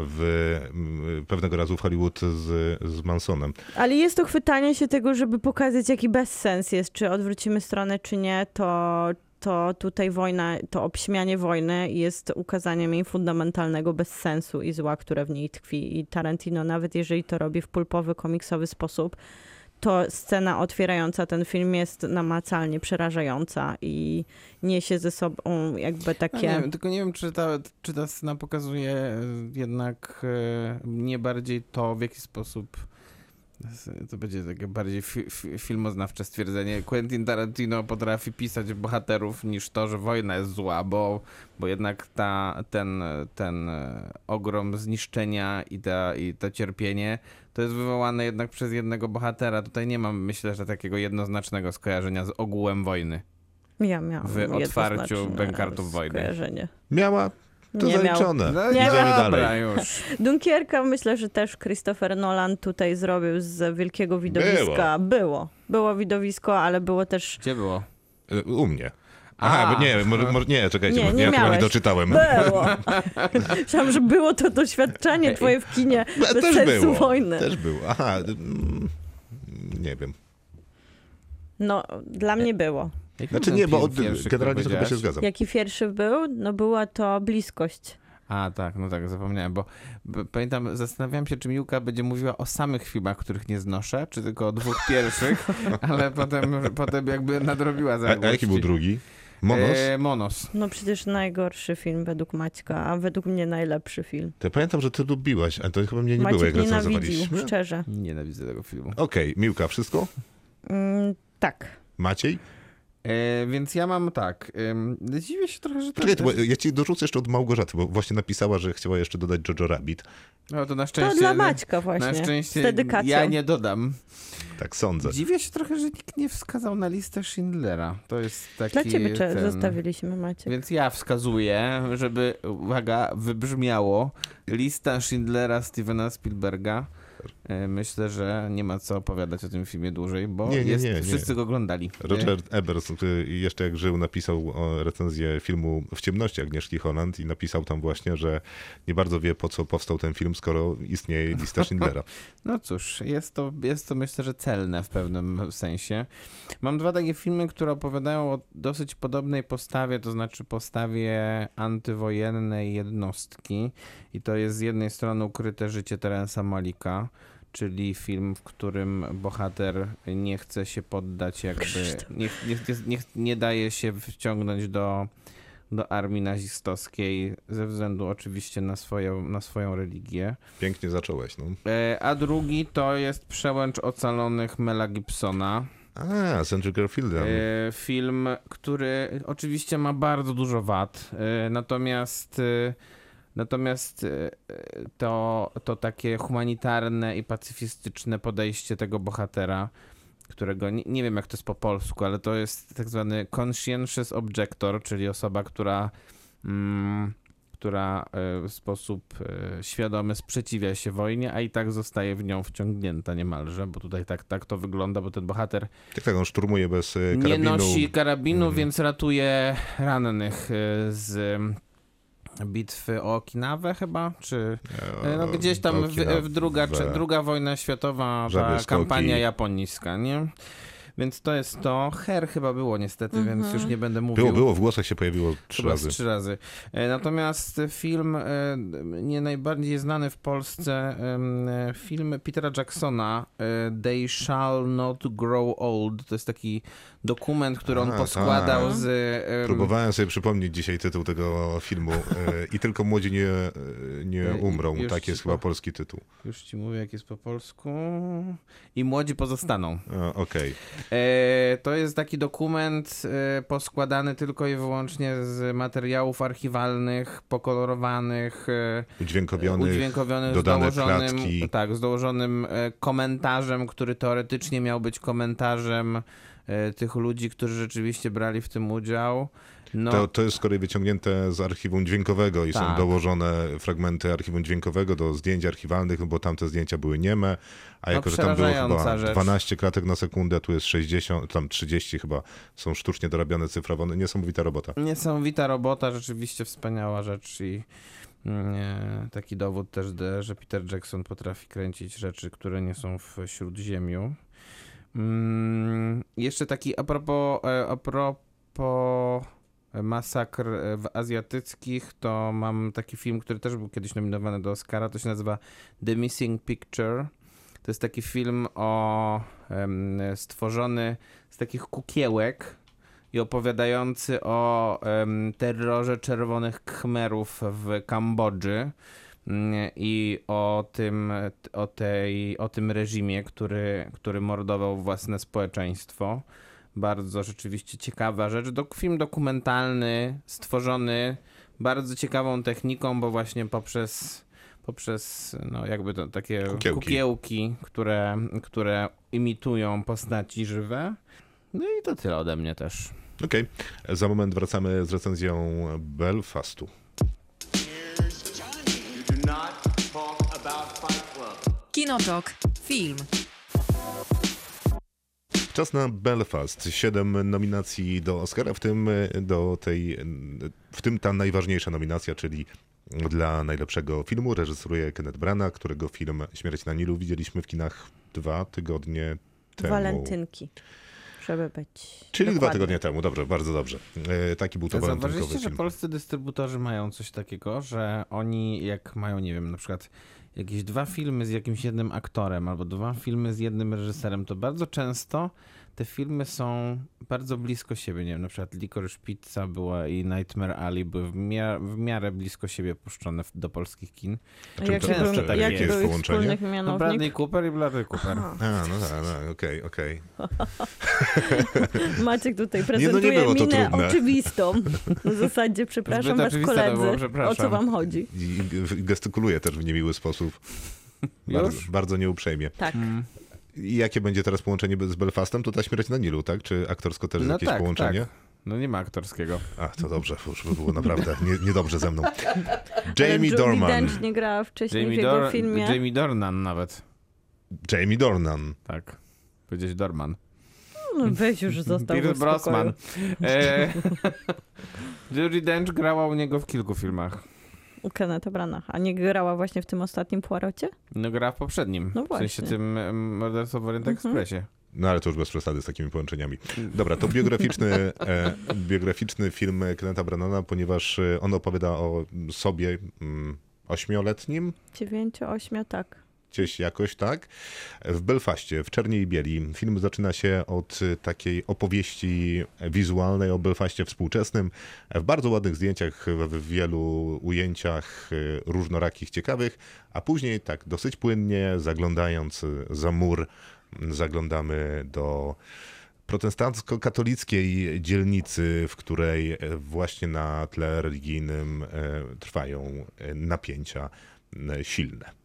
pewnego razu w Hollywood z Mansonem. Ale jest to chwytanie się tego, żeby pokazać, jaki bezsens jest, czy odwrócimy stronę, czy nie, to tutaj wojna, to obśmianie wojny jest ukazaniem jej fundamentalnego bezsensu i zła, które w niej tkwi. I Tarantino, nawet jeżeli to robi w pulpowy, komiksowy sposób, to scena otwierająca ten film jest namacalnie przerażająca i niesie ze sobą jakby takie... Ja nie wiem, tylko nie wiem, czy ta scena pokazuje jednak nie bardziej to, w jaki sposób... To będzie takie bardziej filmoznawcze stwierdzenie. Quentin Tarantino potrafi pisać bohaterów niż to, że wojna jest zła, bo jednak ten ogrom zniszczenia i to cierpienie to jest wywołane jednak przez jednego bohatera. Tutaj nie mam, myślę, że takiego jednoznacznego skojarzenia z ogółem wojny. Ja miałam w otwarciu Bękartów wojny. Miała? To nie zaliczone. No, idziemy dalej. Już. Dunkierka myślę, że też Christopher Nolan tutaj zrobił z wielkiego widowiska. Było widowisko, ale było też... Gdzie było? U mnie. Aha, bo nie, czekajcie, nie ja chyba miałeś. nie doczytałem. Było. Myślałam, że było to doświadczenie twoje w kinie bez sensu wojny. Też było. Aha, nie wiem. No, dla mnie było. Znaczy nie, bo generalnie to chyba się zgadzam. Jaki pierwszy był? No była to Bliskość. A, tak, no tak, zapomniałem, bo pamiętam, zastanawiałem się, czy Miłka będzie mówiła o samych filmach, których nie znoszę, czy tylko o dwóch pierwszych, ale potem jakby nadrobiła zaległości. A jaki był drugi? Monos? Monos. No przecież najgorszy film według Maćka, a według mnie najlepszy film. To pamiętam, że ty lubiłaś, ale to chyba mnie nie Maciek było, jak recenzowaliśmy. Szczerze. Nienawidzę tego filmu. Okej, Miłka, wszystko? Tak. Maciej? Więc ja mam tak. Dziwię się trochę, że... Ja ci dorzucę jeszcze od Małgorzaty, bo właśnie napisała, że chciała jeszcze dodać Jojo Rabbit. No to na szczęście... To dla Maćka właśnie, na szczęście z dedykacją. Ja nie dodam. Tak sądzę. Dziwię się trochę, że nikt nie wskazał na listę Schindlera. To jest taki... Dla ciebie zostawiliśmy, Maciek. Więc ja wskazuję, żeby, uwaga, wybrzmiało lista Schindlera Stevena Spielberga. Myślę, że nie ma co opowiadać o tym filmie dłużej, bo wszyscy go oglądali. Roger Ebert, który jeszcze jak żył, napisał recenzję filmu W ciemności Agnieszki Holland i napisał tam właśnie, że nie bardzo wie, po co powstał ten film, skoro istnieje lista Schindlera. No cóż, jest to myślę, że celne w pewnym sensie. Mam dwa takie filmy, które opowiadają o dosyć podobnej postawie, to znaczy postawie antywojennej jednostki i to jest z jednej strony Ukryte życie Terensa Malicka, czyli film, w którym bohater nie chce się poddać, jakby nie daje się wciągnąć do armii nazistowskiej ze względu oczywiście na swoją religię. Pięknie zacząłeś, no. A drugi to jest Przełęcz ocalonych Mela Gibsona. Z Andrew Garfieldem. Film, który oczywiście ma bardzo dużo wad, natomiast to takie humanitarne i pacyfistyczne podejście tego bohatera, którego nie wiem jak to jest po polsku, ale to jest tak zwany conscientious objector, czyli osoba, która w sposób świadomy sprzeciwia się wojnie, a i tak zostaje w nią wciągnięta niemalże, bo tutaj tak to wygląda, bo ten bohater on szturmuje bez karabinu. Nie nosi karabinu, więc ratuje rannych z bitwy o Okinawę chyba, czy gdzieś tam druga wojna światowa, ta kampania japońska, nie? Więc to jest to. Her chyba było niestety, więc już nie będę mówił. Było, w głosach się pojawiło 3 razy. 3 razy. Natomiast film nie najbardziej znany w Polsce, film Petera Jacksona, They Shall Not Grow Old. To jest taki dokument, który on poskładał z... Próbowałem sobie przypomnieć dzisiaj tytuł tego filmu i tylko młodzi nie umrą. Tak jest chyba polski tytuł. Już ci mówię, jak jest po polsku. I młodzi pozostaną. Okej. To jest taki dokument poskładany tylko i wyłącznie z materiałów archiwalnych, pokolorowanych, udźwiękowionych dodane klatki. Tak, z dołożonym komentarzem, który teoretycznie miał być komentarzem tych ludzi, którzy rzeczywiście brali w tym udział. No, to jest z kolei wyciągnięte z archiwum dźwiękowego i są dołożone fragmenty archiwum dźwiękowego do zdjęć archiwalnych, bo tamte zdjęcia były nieme, a jako, że tam było chyba 12 klatek na sekundę, tu jest 60, tam 30 chyba są sztucznie dorabiane cyfrowo. Niesamowita robota. Niesamowita robota, rzeczywiście wspaniała rzecz i taki dowód też, że Peter Jackson potrafi kręcić rzeczy, które nie są w Śródziemiu. Jeszcze taki a propos masakr azjatyckich, to mam taki film, który też był kiedyś nominowany do Oscara, to się nazywa The Missing Picture. To jest taki film stworzony z takich kukiełek i opowiadający o terrorze czerwonych khmerów w Kambodży i o tym reżimie, który mordował własne społeczeństwo. Bardzo rzeczywiście ciekawa rzecz. Film dokumentalny, stworzony bardzo ciekawą techniką, bo właśnie poprzez no jakby to takie kukiełki, które imitują postaci żywe. No i to tyle ode mnie też. Okej. Za moment wracamy z recenzją Belfastu. Kinotok. Film. Czas na Belfast. 7 nominacji do Oscara, w tym ta najważniejsza nominacja, czyli dla najlepszego filmu. Reżyseruje Kenneth Branagh, którego film Śmierć na Nilu widzieliśmy w kinach 2 tygodnie temu. Walentynki. Żeby być Czyli dokładnie. 2 tygodnie temu, dobrze, bardzo dobrze. Taki był to walentynkowy film. Zauważyliście, że polscy dystrybutorzy mają coś takiego, że oni jak mają, nie wiem, na przykład jakieś 2 filmy z jakimś jednym aktorem albo 2 filmy z jednym reżyserem, to bardzo często te filmy są bardzo blisko siebie. Nie wiem, na przykład Licorice Pizza była i Nightmare Alley były w miarę blisko siebie puszczone do polskich kin. Jaki był ich wspólny mianownik? No Bradley Cooper i Bradley Cooper. No tak, okej. Maciek tutaj prezentuje minę oczywistą. W zasadzie, przepraszam was koledzy, o co wam chodzi. I gestykuluje też w niemiły sposób. Bardzo nieuprzejmie. Tak. I jakie będzie teraz połączenie z Belfastem? To ta Śmierć na Nilu, tak? Czy aktorsko też jest jakieś połączenie? Tak. No nie ma aktorskiego. To dobrze, już by było naprawdę niedobrze ze mną. Jamie Dornan. Judi Dench nie grała wcześniej w jego filmie. Jamie Dornan nawet. Jamie Dornan. Tak. Powiedziałeś Dorman. No weź już został Pierce Brosnan. Judi Dench grała u niego w kilku filmach. U Kennetha Branagha. A nie grała właśnie w tym ostatnim Poirocie? No grała w poprzednim. No w sensie tym Morderstwo w Orient Expressie. No ale to już bez przesady z takimi połączeniami. Dobra, to biograficzny film Kennetha Branagh'a, ponieważ on opowiada o sobie 8-letnim. 9, 8, tak. Gdzieś jakoś, tak? W Belfaście, w czerni i bieli. Film zaczyna się od takiej opowieści wizualnej o Belfaście współczesnym, w bardzo ładnych zdjęciach, w wielu ujęciach różnorakich, ciekawych, a później tak dosyć płynnie, zaglądając za mur, zaglądamy do protestancko-katolickiej dzielnicy, w której właśnie na tle religijnym trwają napięcia silne.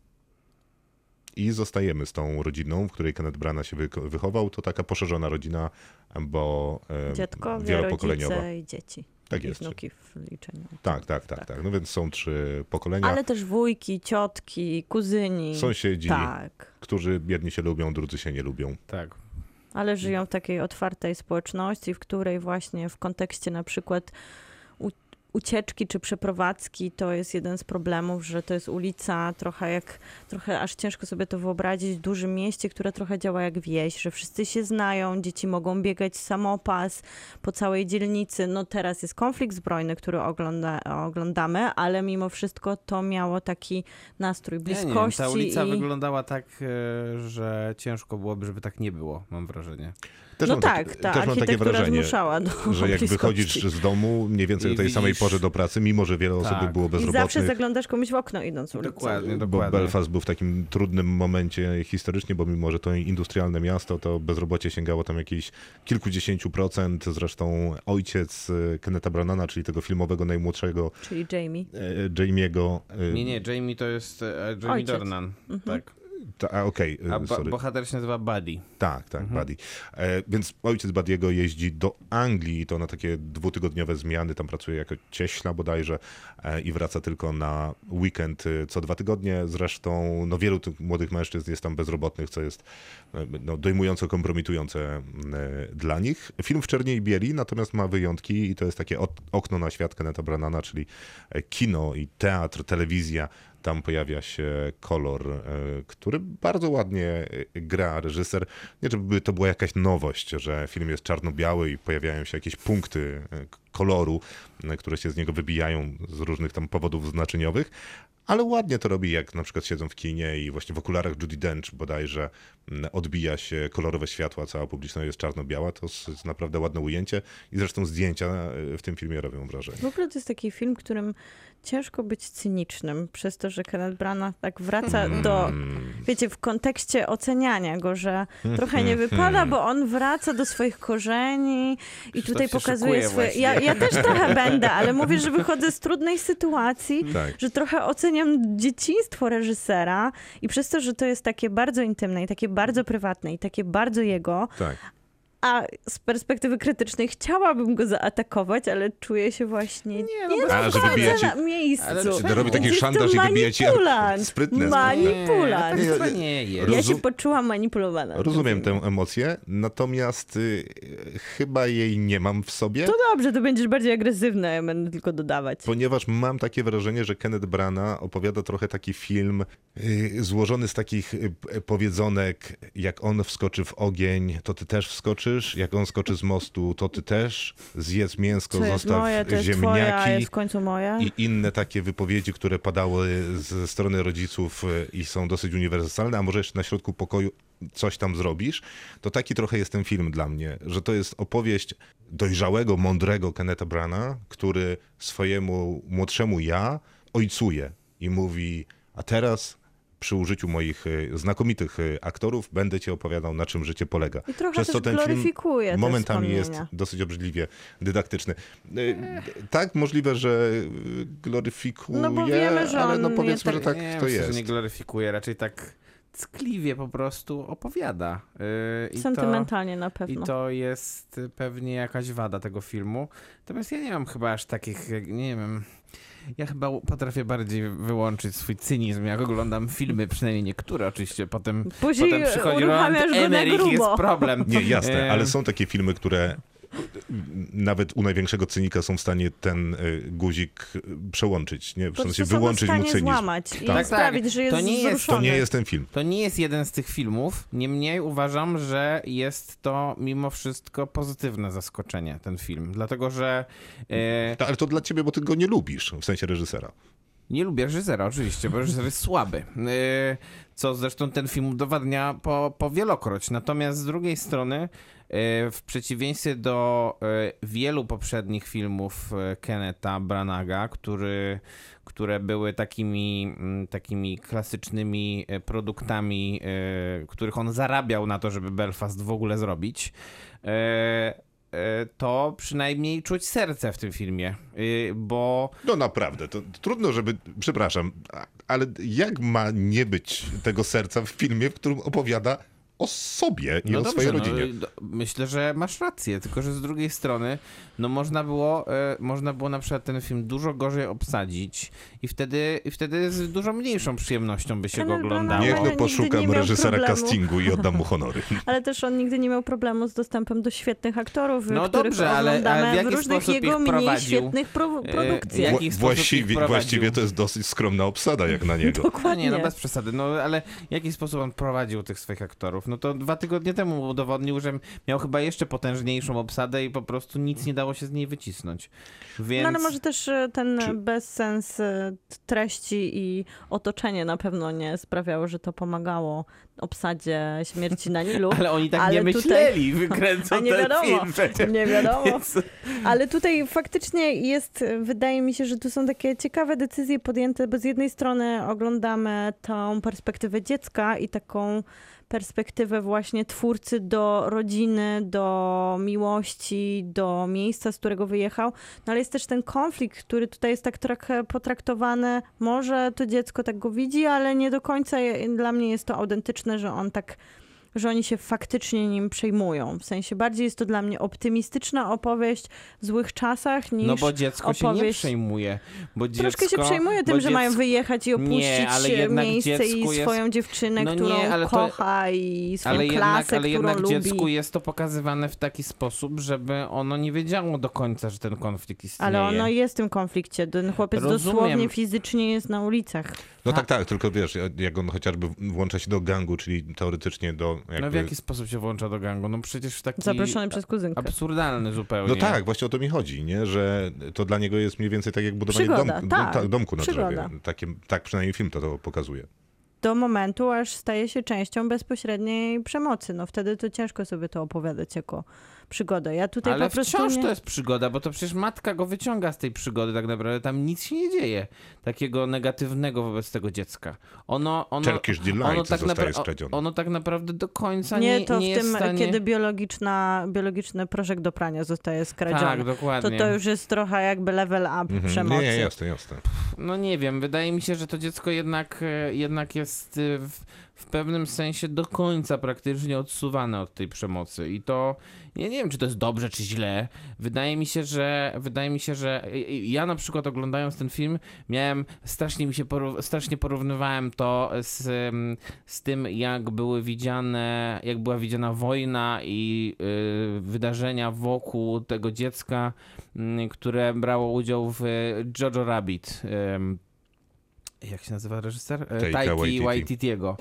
I zostajemy z tą rodziną, w której Kenneth Branagh się wychował. To taka poszerzona rodzina, bo dziadkowie, wielopokoleniowa. rodzice i dzieci. Tak jest. Wnuki w liczeniu. Tak. No więc są 3 pokolenia. Ale też wujki, ciotki, kuzyni. Sąsiedzi, tak. którzy jedni się lubią, drudzy się nie lubią. Tak. Ale żyją w takiej otwartej społeczności, w której właśnie w kontekście na przykład ucieczki czy przeprowadzki to jest jeden z problemów, że to jest ulica trochę aż ciężko sobie to wyobrazić w dużym mieście, które trochę działa jak wieś, że wszyscy się znają, dzieci mogą biegać samopas po całej dzielnicy. No teraz jest konflikt zbrojny, który oglądamy, ale mimo wszystko to miało taki nastrój bliskości. Ta ulica wyglądała tak, że ciężko byłoby, żeby tak nie było, mam wrażenie. Też no mam tak, ta też mam takie wrażenie, że jak wychodzisz z domu mniej więcej o tej samej porze do pracy, mimo że wiele osób było bezrobotnych. I zawsze zaglądasz komuś w okno idąc ulicą. Dokładnie. Bo Belfast był w takim trudnym momencie historycznie, bo mimo że to industrialne miasto, to bezrobocie sięgało tam jakieś kilkudziesięciu procent. Zresztą ojciec Kennetha Branagha, czyli tego filmowego najmłodszego. Czyli Jamie'ego. Nie, Jamie to jest Jamie Dornan. Tak. Bohater się nazywa Buddy. Tak, Buddy. Więc ojciec Buddy'ego jeździ do Anglii, to na takie 2-tygodniowe zmiany, tam pracuje jako cieśla bodajże i wraca tylko na weekend co 2 tygodnie. Zresztą wielu tych młodych mężczyzn jest tam bezrobotnych, co jest dojmująco kompromitujące dla nich. Film w czerni i bieli, natomiast ma wyjątki i to jest takie okno na świat Kennetha Branagha, czyli kino i teatr, telewizja. Tam pojawia się kolor, który bardzo ładnie gra reżyser. Nie, żeby to była jakaś nowość, że film jest czarno-biały i pojawiają się jakieś punkty koloru, które się z niego wybijają z różnych tam powodów znaczeniowych, ale ładnie to robi, jak na przykład siedzą w kinie i właśnie w okularach Judi Dench bodajże odbija się kolorowe światła, cała publiczność jest czarno-biała. To jest naprawdę ładne ujęcie i zresztą zdjęcia w tym filmie robią wrażenie. W ogóle to jest taki film, którym ciężko być cynicznym, przez to, że Kenneth Branagh tak wraca do, wiecie, w kontekście oceniania go, że trochę nie wypada, bo on wraca do swoich korzeni i tutaj pokazuje swoje... Ja też trochę będę, ale mówię, że wychodzę z trudnej sytuacji, że trochę oceniam dzieciństwo reżysera i przez to, że to jest takie bardzo intymne i takie bardzo prywatne i takie bardzo jego, a z perspektywy krytycznej chciałabym go zaatakować, ale czuję się właśnie że wybija ci, na miejscu. Że robi taki szantaż i wybija ci sprytne. Manipulant. Nie, ja się poczułam manipulowana. Rozumiem tę emocję, natomiast chyba jej nie mam w sobie. To dobrze, to będziesz bardziej agresywna, ja będę tylko dodawać. Ponieważ mam takie wrażenie, że Kenneth Branagh opowiada trochę taki film złożony z takich powiedzonek, jak on wskoczy w ogień, to ty też wskoczysz. Jak on skoczy z mostu, to ty też zjedz mięsko, zostaw moje, to ziemniaki. Twoja, jest w końcu moja. I inne takie wypowiedzi, które padały ze strony rodziców i są dosyć uniwersalne, a może jeszcze na środku pokoju coś tam zrobisz, to taki trochę jest ten film dla mnie, że to jest opowieść dojrzałego, mądrego Kennetha Branagha, który swojemu młodszemu ja ojcuje i mówi, a teraz przy użyciu moich znakomitych aktorów będę ci opowiadał, na czym życie polega. I trochę przez też ten gloryfikuje film momentami jest dosyć obrzydliwie dydaktyczny. Tak, możliwe, że gloryfikuje, no bo wiemy, że ale powiedzmy, że tak to jest. Że nie gloryfikuje, raczej tak ckliwie po prostu opowiada. Sentymentalnie na pewno. I to jest pewnie jakaś wada tego filmu. Natomiast ja nie mam chyba aż takich, nie wiem... Ja chyba potrafię bardziej wyłączyć swój cynizm, jak oglądam filmy, przynajmniej niektóre oczywiście. Potem przychodzi Roland Emmerich i jest problem. Nie, jasne, ale są takie filmy, które nawet u największego cynika są w stanie ten guzik przełączyć, nie? W sensie wyłączyć mu cynizm. Złamać i sprawić, że jest wzruszony. To nie jest ten film. To nie jest jeden z tych filmów, niemniej uważam, że jest to mimo wszystko pozytywne zaskoczenie, ten film. Dlatego, że... Ale to dla ciebie, bo ty go nie lubisz, w sensie reżysera. Nie lubię reżysera, oczywiście, bo reżyser jest słaby. Co zresztą ten film udowadnia po wielokroć. Natomiast z drugiej strony, w przeciwieństwie do wielu poprzednich filmów Kennetha Branagha, które były takimi klasycznymi produktami, których on zarabiał na to, żeby Belfast w ogóle zrobić, to przynajmniej czuć serce w tym filmie, bo... No naprawdę, to trudno, żeby... Przepraszam, ale jak ma nie być tego serca w filmie, w którym opowiada o sobie i o swojej rodzinie? Myślę, że masz rację, tylko że z drugiej strony można było na przykład ten film dużo gorzej obsadzić i wtedy z dużo mniejszą przyjemnością by się go oglądało. Niech poszukam reżysera castingu i oddam mu honory. Ale też on nigdy nie miał problemu z dostępem do świetnych aktorów, których dobrze, ale w różnych jego mniej świetnych produkcjach. Właściwie to jest dosyć skromna obsada jak na niego. Dokładnie. Nie, bez przesady, ale w jaki sposób on prowadził tych swoich aktorów? No to 2 tygodnie temu udowodnił, że miał chyba jeszcze potężniejszą obsadę i po prostu nic nie dało się z niej wycisnąć. Więc... No ale może też ten bezsens treści i otoczenie na pewno nie sprawiało, że to pomagało obsadzie Śmierci na Nilu. Ale oni tak nie myśleli, wykręcą ten film przecież. Nie wiadomo. Ale tutaj faktycznie jest, wydaje mi się, że tu są takie ciekawe decyzje podjęte, bo z jednej strony oglądamy tą perspektywę dziecka i taką perspektywę właśnie twórcy do rodziny, do miłości, do miejsca, z którego wyjechał. No ale jest też ten konflikt, który tutaj jest tak trochę potraktowany. Może to dziecko tak go widzi, ale nie do końca dla mnie jest to autentyczne, że oni się faktycznie nim przejmują. W sensie bardziej jest to dla mnie optymistyczna opowieść w złych czasach niż No bo dziecko opowieść... się nie przejmuje. Bo Troszkę się przejmuje tym, że mają wyjechać i opuścić miejsce i swoją dziewczynę, którą kocha i swoją klasę, ale którą jednak lubi. dziecku jest to pokazywane w taki sposób, żeby ono nie wiedziało do końca, że ten konflikt istnieje. Ale ono jest w tym konflikcie. Ten chłopiec dosłownie fizycznie jest na ulicach. No tak, tylko wiesz, jak on chociażby włącza się do gangu, czyli teoretycznie do... No w jaki sposób się włącza do gangu? No przecież taki... Zaproszony przez kuzynkę. Absurdalny zupełnie. No tak, właśnie o to mi chodzi, nie? Że to dla niego jest mniej więcej tak jak budowanie domku na drzewie. Tak przynajmniej film to pokazuje. Do momentu, aż staje się częścią bezpośredniej przemocy. No wtedy to ciężko sobie to opowiadać jako przygodę. Ja tutaj ale po prostu wciąż to jest przygoda, bo to przecież matka go wyciąga z tej przygody tak naprawdę. Tam nic się nie dzieje takiego negatywnego wobec tego dziecka. Turkish Delight zostaje spredziony. Ono tak naprawdę do końca nie jest w stanie... kiedy biologiczny proszek do prania zostaje skradziony. Tak, dokładnie. To już jest trochę jakby level up przemocy. Nie, jasne. No nie wiem, wydaje mi się, że to dziecko jednak jest w pewnym sensie do końca praktycznie odsuwane od tej przemocy i to nie wiem, czy to jest dobrze, czy źle. Wydaje mi się, że ja na przykład oglądając ten film strasznie porównywałem to z tym, jak była widziana wojna i wydarzenia wokół tego dziecka, które brało udział w Jojo Rabbit. Jak się nazywa reżyser? Taiki Waititiego.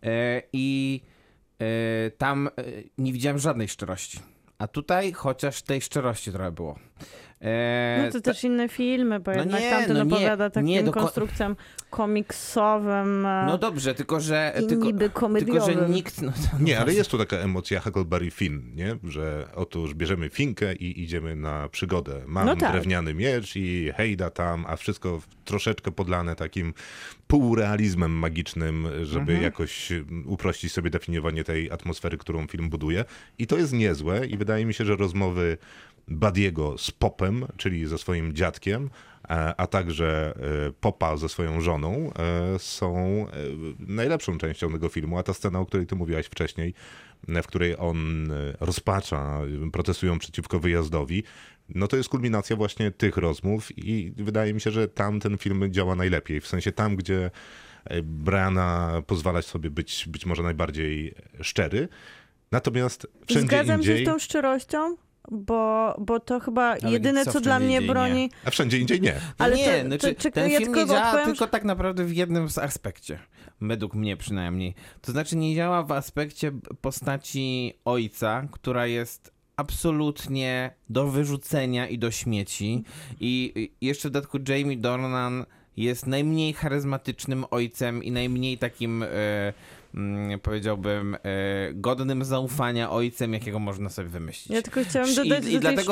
I tam nie widziałem żadnej szczerości. A tutaj chociaż tej szczerości trochę było. No to też inne filmy, bo jednak tamten opowiada takim konstrukcjom komiksowym. No dobrze, tylko że nikt... Nie, ale jest tu taka emocja Huckleberry Finn, nie? Że otóż bierzemy Finkę i idziemy na przygodę. Mam drewniany miecz i hejda tam, a wszystko troszeczkę podlane takim półrealizmem magicznym, żeby jakoś uprościć sobie definiowanie tej atmosfery, którą film buduje. I to jest niezłe i wydaje mi się, że rozmowy Buddiego z Popem, czyli ze swoim dziadkiem, a także Popa ze swoją żoną są najlepszą częścią tego filmu, a ta scena, o której ty mówiłaś wcześniej, w której on rozpacza, protestują przeciwko wyjazdowi, no to jest kulminacja właśnie tych rozmów i wydaje mi się, że tam ten film działa najlepiej, w sensie tam, gdzie Briana pozwala sobie być może najbardziej szczery, natomiast wszędzie Zgadzam indziej... się z tą szczerością, bo to chyba jedyne, co dla mnie broni... Nie. A wszędzie indziej nie. Ale ten film nie działa tylko tak naprawdę w jednym aspekcie. Według mnie przynajmniej. To znaczy nie działa w aspekcie postaci ojca, która jest absolutnie do wyrzucenia i do śmieci. I jeszcze w dodatku Jamie Dornan jest najmniej charyzmatycznym ojcem i najmniej takim... powiedziałbym, godnym zaufania ojcem, jakiego można sobie wymyślić. Ja tylko chciałam dodać I dlatego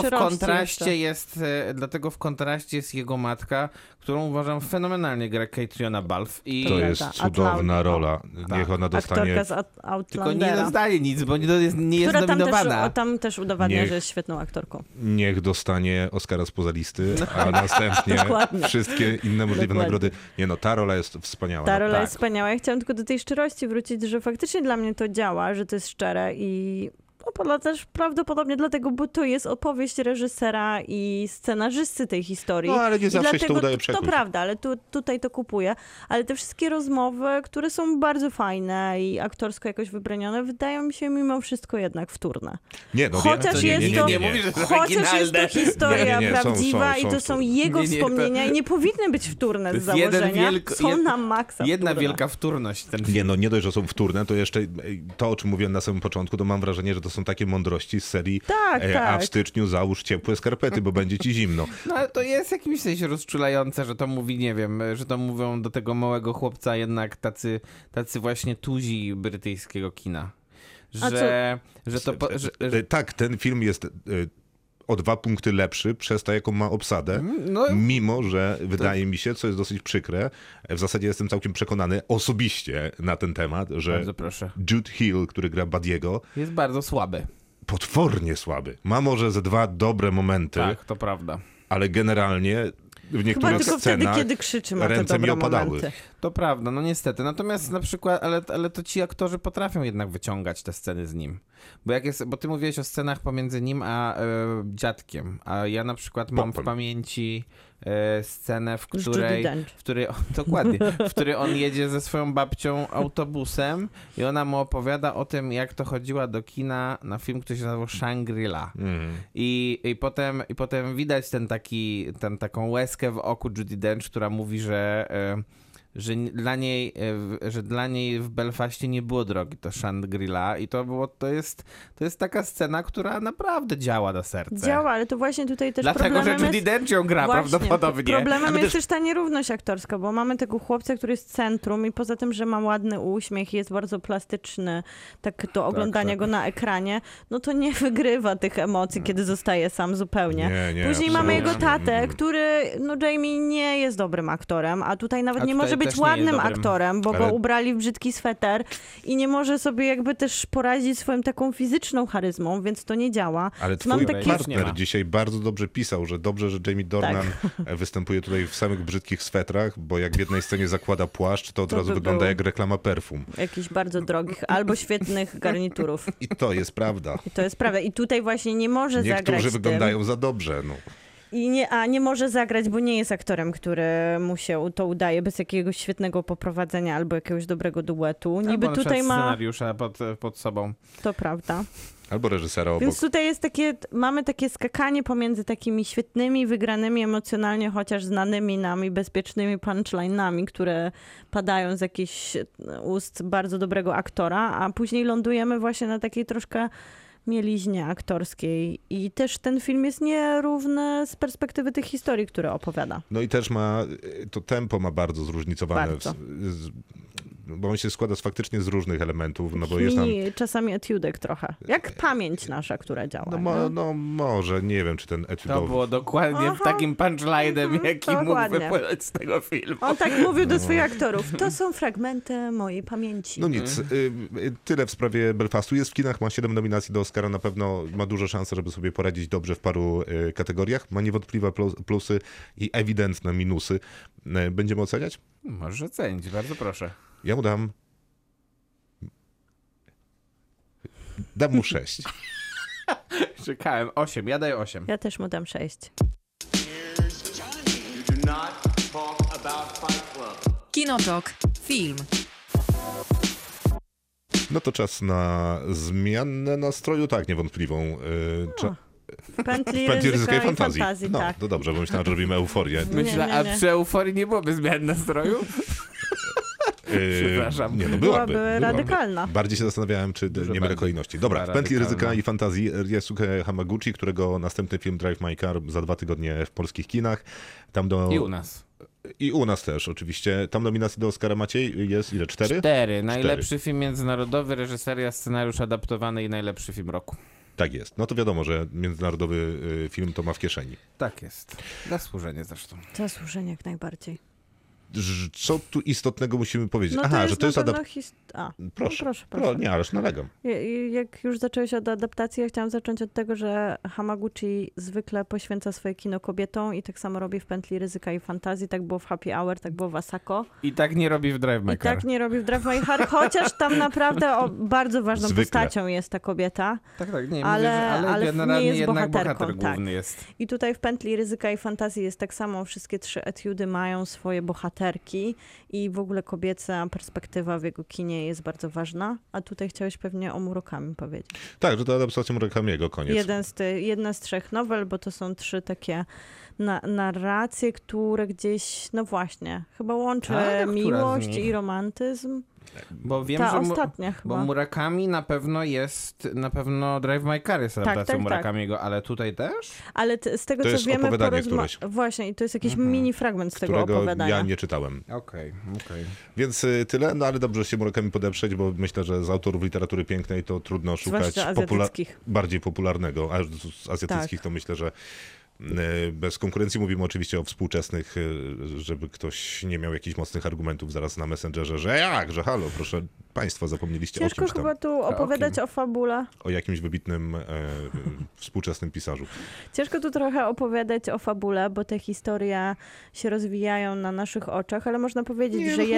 w kontraście jest jego matka, którą uważam fenomenalnie gra Catriona Balfe. To jest cudowna rola. Niech ona dostanie... Aktorka z Outlandera. Tylko nie dostaje nic, bo nie jest nominowana. Tam też udowadnia, że jest świetną aktorką. Niech dostanie Oscara spoza listy, a następnie wszystkie inne możliwe nagrody. Nie no, ta rola jest wspaniała. Ta rola jest wspaniała. Ja chciałam tylko do tej szczerości wrócić, że faktycznie dla mnie to działa, że to jest szczere i też prawdopodobnie dlatego, bo to jest opowieść reżysera i scenarzysty tej historii. No ale nie zawsze się to udaje przekuć. To prawda, ale tutaj to kupuję. Ale te wszystkie rozmowy, które są bardzo fajne i aktorsko jakoś wybranione, wydają mi się mimo wszystko jednak wtórne. Chociaż jest to historia prawdziwa i to są jego wspomnienia i nie powinny być wtórne z założenia. Są na maksa jedna wielka wtórność ten film. Nie dość, że są wtórne, to jeszcze to, o czym mówiłem na samym początku, to mam wrażenie, że to są takie mądrości z serii a w styczniu załóż ciepłe skarpety, bo będzie ci zimno. No ale to jest w jakimś sensie rozczulające, że to mówi, nie wiem, że to mówią do tego małego chłopca jednak tacy właśnie tuzi brytyjskiego kina. Tak, ten film jest o 2 punkty lepszy przez to, jaką ma obsadę, mimo że wydaje mi się, co jest dosyć przykre, w zasadzie jestem całkiem przekonany osobiście na ten temat, że Jude Hill, który gra Buddiego, jest bardzo słaby. Potwornie słaby. Ma może ze 2 dobre momenty. Tak, to prawda. Ale generalnie w niektórych tylko scenach wtedy, kiedy krzyczy, ma ręce mi opadały. Momenty. To prawda, no niestety. Natomiast na przykład, ale to ci aktorzy potrafią jednak wyciągać te sceny z nim. Bo ty mówiłeś o scenach pomiędzy nim a dziadkiem, a ja na przykład mam w pamięci scenę, w której on jedzie ze swoją babcią autobusem i ona mu opowiada o tym, jak to chodziła do kina na film, który się nazywał Shangri-La. I potem widać taką łezkę w oku Judi Dench, która mówi, że dla niej w Belfaście nie było drogi do Shangri-La i to jest taka scena, która naprawdę działa na serce. Działa, ale to właśnie tutaj też dlatego, że Judi Dench ją gra prawdopodobnie. Problemem jest też ta nierówność aktorska, bo mamy tego chłopca, który jest centrum i poza tym, że ma ładny uśmiech i jest bardzo plastyczny, tak do oglądania go na ekranie, no to nie wygrywa tych emocji, kiedy zostaje sam zupełnie. Nie, Później mamy jego tatę, który, Jamie nie jest dobrym aktorem, a tutaj nawet nie może być ładnym aktorem, bo go ubrali w brzydki sweter i nie może sobie jakby też poradzić swoją taką fizyczną charyzmą, więc to nie działa. Ale twój partner dzisiaj bardzo dobrze pisał, że dobrze, że Jamie Dornan występuje tutaj w samych brzydkich swetrach, bo jak w jednej scenie zakłada płaszcz, to od razu wygląda jak reklama perfum. Jakichś bardzo drogich albo świetnych garniturów. I to jest prawda. I tutaj właśnie nie może zagrać Niektórzy wyglądają za dobrze, nie może zagrać, bo nie jest aktorem, który mu się to udaje bez jakiegoś świetnego poprowadzenia albo jakiegoś dobrego duetu. Niby tutaj ma scenariusza pod sobą. To prawda. Albo reżysera obok. Więc tutaj jest mamy takie skakanie pomiędzy takimi świetnymi, wygranymi emocjonalnie, chociaż znanymi nam i bezpiecznymi punchline'ami, które padają z jakichś ust bardzo dobrego aktora, a później lądujemy właśnie na takiej troszkę mieliźnie aktorskiej i też ten film jest nierówny z perspektywy tych historii, które opowiada. No i też to tempo ma bardzo zróżnicowane. Bardzo. Bo on się składa faktycznie z różnych elementów. Bo jest tam... czasami etiudek trochę. Jak pamięć nasza, która działa. Może, nie wiem, czy ten etiudowy... To było dokładnie w takim punchline'em, jaki mógł wypłynąć z tego filmu. On tak mówił do swoich aktorów. To są fragmenty mojej pamięci. No nic, tyle w sprawie Belfastu. Jest w kinach, ma 7 nominacji do Oscara, na pewno ma duże szanse, żeby sobie poradzić dobrze w paru kategoriach. Ma niewątpliwe plusy i ewidentne minusy. Będziemy oceniać? Możesz ocenić, bardzo proszę. Ja mu dam 6. Czekałem, 8, ja daję 8. Ja też mu dam 6. Kinotok. Film. No to czas na zmianę nastroju, tak, niewątpliwą. Pętli ryzyka i fantazji. No, tak. to dobrze, bo myślałem, że robimy euforię. Myślę, a przy euforii nie byłoby zmian nastroju? Przepraszam. Nie, byłaby radykalna. Bardziej się zastanawiałem, czy nie mylę kolejności. Dobra, w pętli ryzyka i fantazji Ryosuke Hamaguchi, którego następny film Drive My Car za 2 tygodnie w polskich kinach. I u nas. I u nas też oczywiście. Tam nominacji do Oscara Maciej jest ile? 4? 4. Najlepszy film międzynarodowy, reżyseria, scenariusz adaptowany i najlepszy film roku. Tak jest. No to wiadomo, że międzynarodowy film to ma w kieszeni. Tak jest. Zasłużenie zresztą. Zasłużenie jak najbardziej. Co tu istotnego musimy powiedzieć? No że to jest Proszę. Nie, ależ nalegam. Jak już zacząłeś od adaptacji, ja chciałam zacząć od tego, że Hamaguchi zwykle poświęca swoje kino kobietom i tak samo robi w Pętli ryzyka i fantazji. Tak było w Happy Hour, tak było w Asako. I tak nie robi w Drive My Car. I tak nie robi w Drive My Car, chociaż tam naprawdę bardzo ważną postacią jest ta kobieta. Tak, nie, ale generalnie nie jest jednak bohaterką. główny jest. I tutaj w Pętli ryzyka i fantazji jest tak samo. Wszystkie 3 etiudy mają swoje bohaterki i w ogóle kobieca perspektywa w jego kinie jest bardzo ważna. A tutaj chciałeś pewnie o Murakami powiedzieć. Tak, że to adaptacja Murakamiego, koniec. Jedna z 3 nowel, bo to są 3 takie narracje, które gdzieś, no właśnie, chyba łączy miłość i romantyzm. Bo wiem, Ta że ostatnia chyba. Bo Murakami na pewno Drive My Car jest adaptacją Murakamiego, ale tutaj też? Ale z tego, to co jest wiemy, opowiadanie właśnie, i to jest jakiś mini fragment z tego opowiadania. Ja nie czytałem. Okej. Więc tyle, no ale dobrze się Murakami podeprzeć, bo myślę, że z autorów literatury pięknej to trudno szukać bardziej popularnego, a z azjatyckich to myślę, że bez konkurencji. Mówimy oczywiście o współczesnych, żeby ktoś nie miał jakichś mocnych argumentów zaraz na Messengerze, że halo, proszę państwa, zapomnieliście Ciężko o czymś tam. chyba tu opowiadać o fabule. O jakimś wybitnym współczesnym pisarzu. Ciężko tu trochę opowiadać o fabule, bo te historie się rozwijają na naszych oczach, ale można powiedzieć, że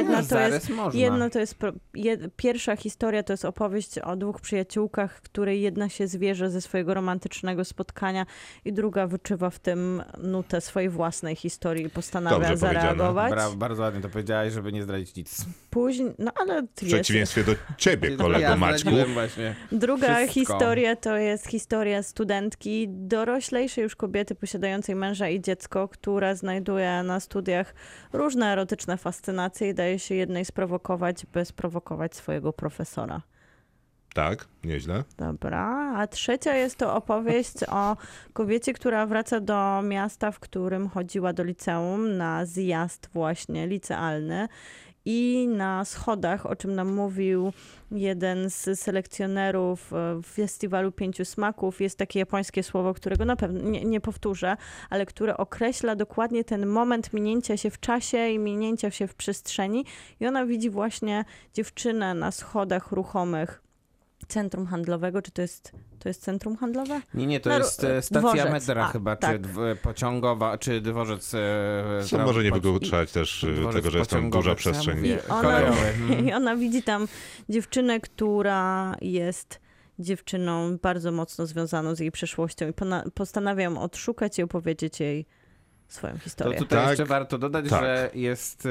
pierwsza historia to jest opowieść o dwóch przyjaciółkach, której jedna się zwierzy ze swojego romantycznego spotkania i druga wyczuwa w tym nutę swojej własnej historii i postanawia zareagować. Brawo, bardzo ładnie to powiedziałaś, żeby nie zdradzić nic. Później, no ale w przeciwieństwie do ciebie, kolego Maćku. Druga historia to jest historia studentki, doroślejszej już kobiety posiadającej męża i dziecko, która znajduje na studiach różne erotyczne fascynacje i daje się jednej sprowokować, by sprowokować swojego profesora. Tak, nieźle. Dobra, a trzecia jest to opowieść o kobiecie, która wraca do miasta, w którym chodziła do liceum na zjazd właśnie licealny i na schodach, o czym nam mówił jeden z selekcjonerów w festiwalu 5 smaków, jest takie japońskie słowo, którego na pewno nie powtórzę, ale które określa dokładnie ten moment minięcia się w czasie i minięcia się w przestrzeni i ona widzi właśnie dziewczynę na schodach ruchomych centrum handlowego, czy to jest centrum handlowe? Nie, to jest stacja dworzec. metra chyba, tak. Czy pociągowa, czy dworzec. Co może nie wykluczać też tego, że jest tam duża przestrzeń. I ona widzi tam dziewczynę, która jest dziewczyną bardzo mocno związaną z jej przeszłością i postanawia ją odszukać i opowiedzieć jej swoją historię. To tutaj jeszcze warto dodać, że jest,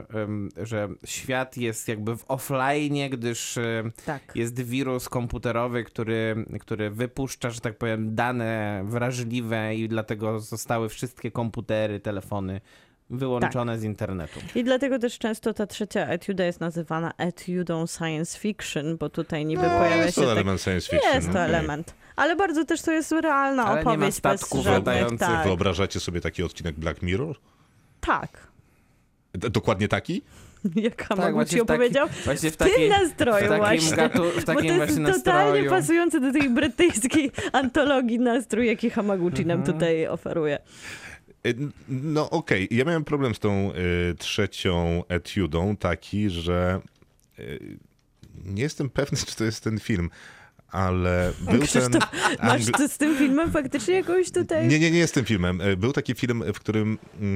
że świat jest jakby w offline, gdyż jest wirus komputerowy, który wypuszcza, że tak powiem, dane wrażliwe i dlatego zostały wszystkie komputery, telefony wyłączone z internetu. I dlatego też często ta trzecia etiuda jest nazywana etiudą science fiction, bo tutaj niby pojawia się... Jest to element science fiction. Jest to element. Ale bardzo też to jest realna opowieść. Nie ma statków latających. Tak. Wyobrażacie sobie taki odcinek Black Mirror? Tak. Dokładnie taki? Jak Hamaguchi opowiedział? W tym nastroju właśnie. W takim bo to jest totalnie pasujący do tej brytyjskiej antologii nastrój, jaki Hamaguchi nam tutaj oferuje. No okej. Ja miałem problem z tą trzecią etiudą taki, że nie jestem pewny, czy to jest ten film, ale był Krzysztof, masz z tym filmem faktycznie jakąś tutaj... Nie jest tym filmem. Był taki film, w którym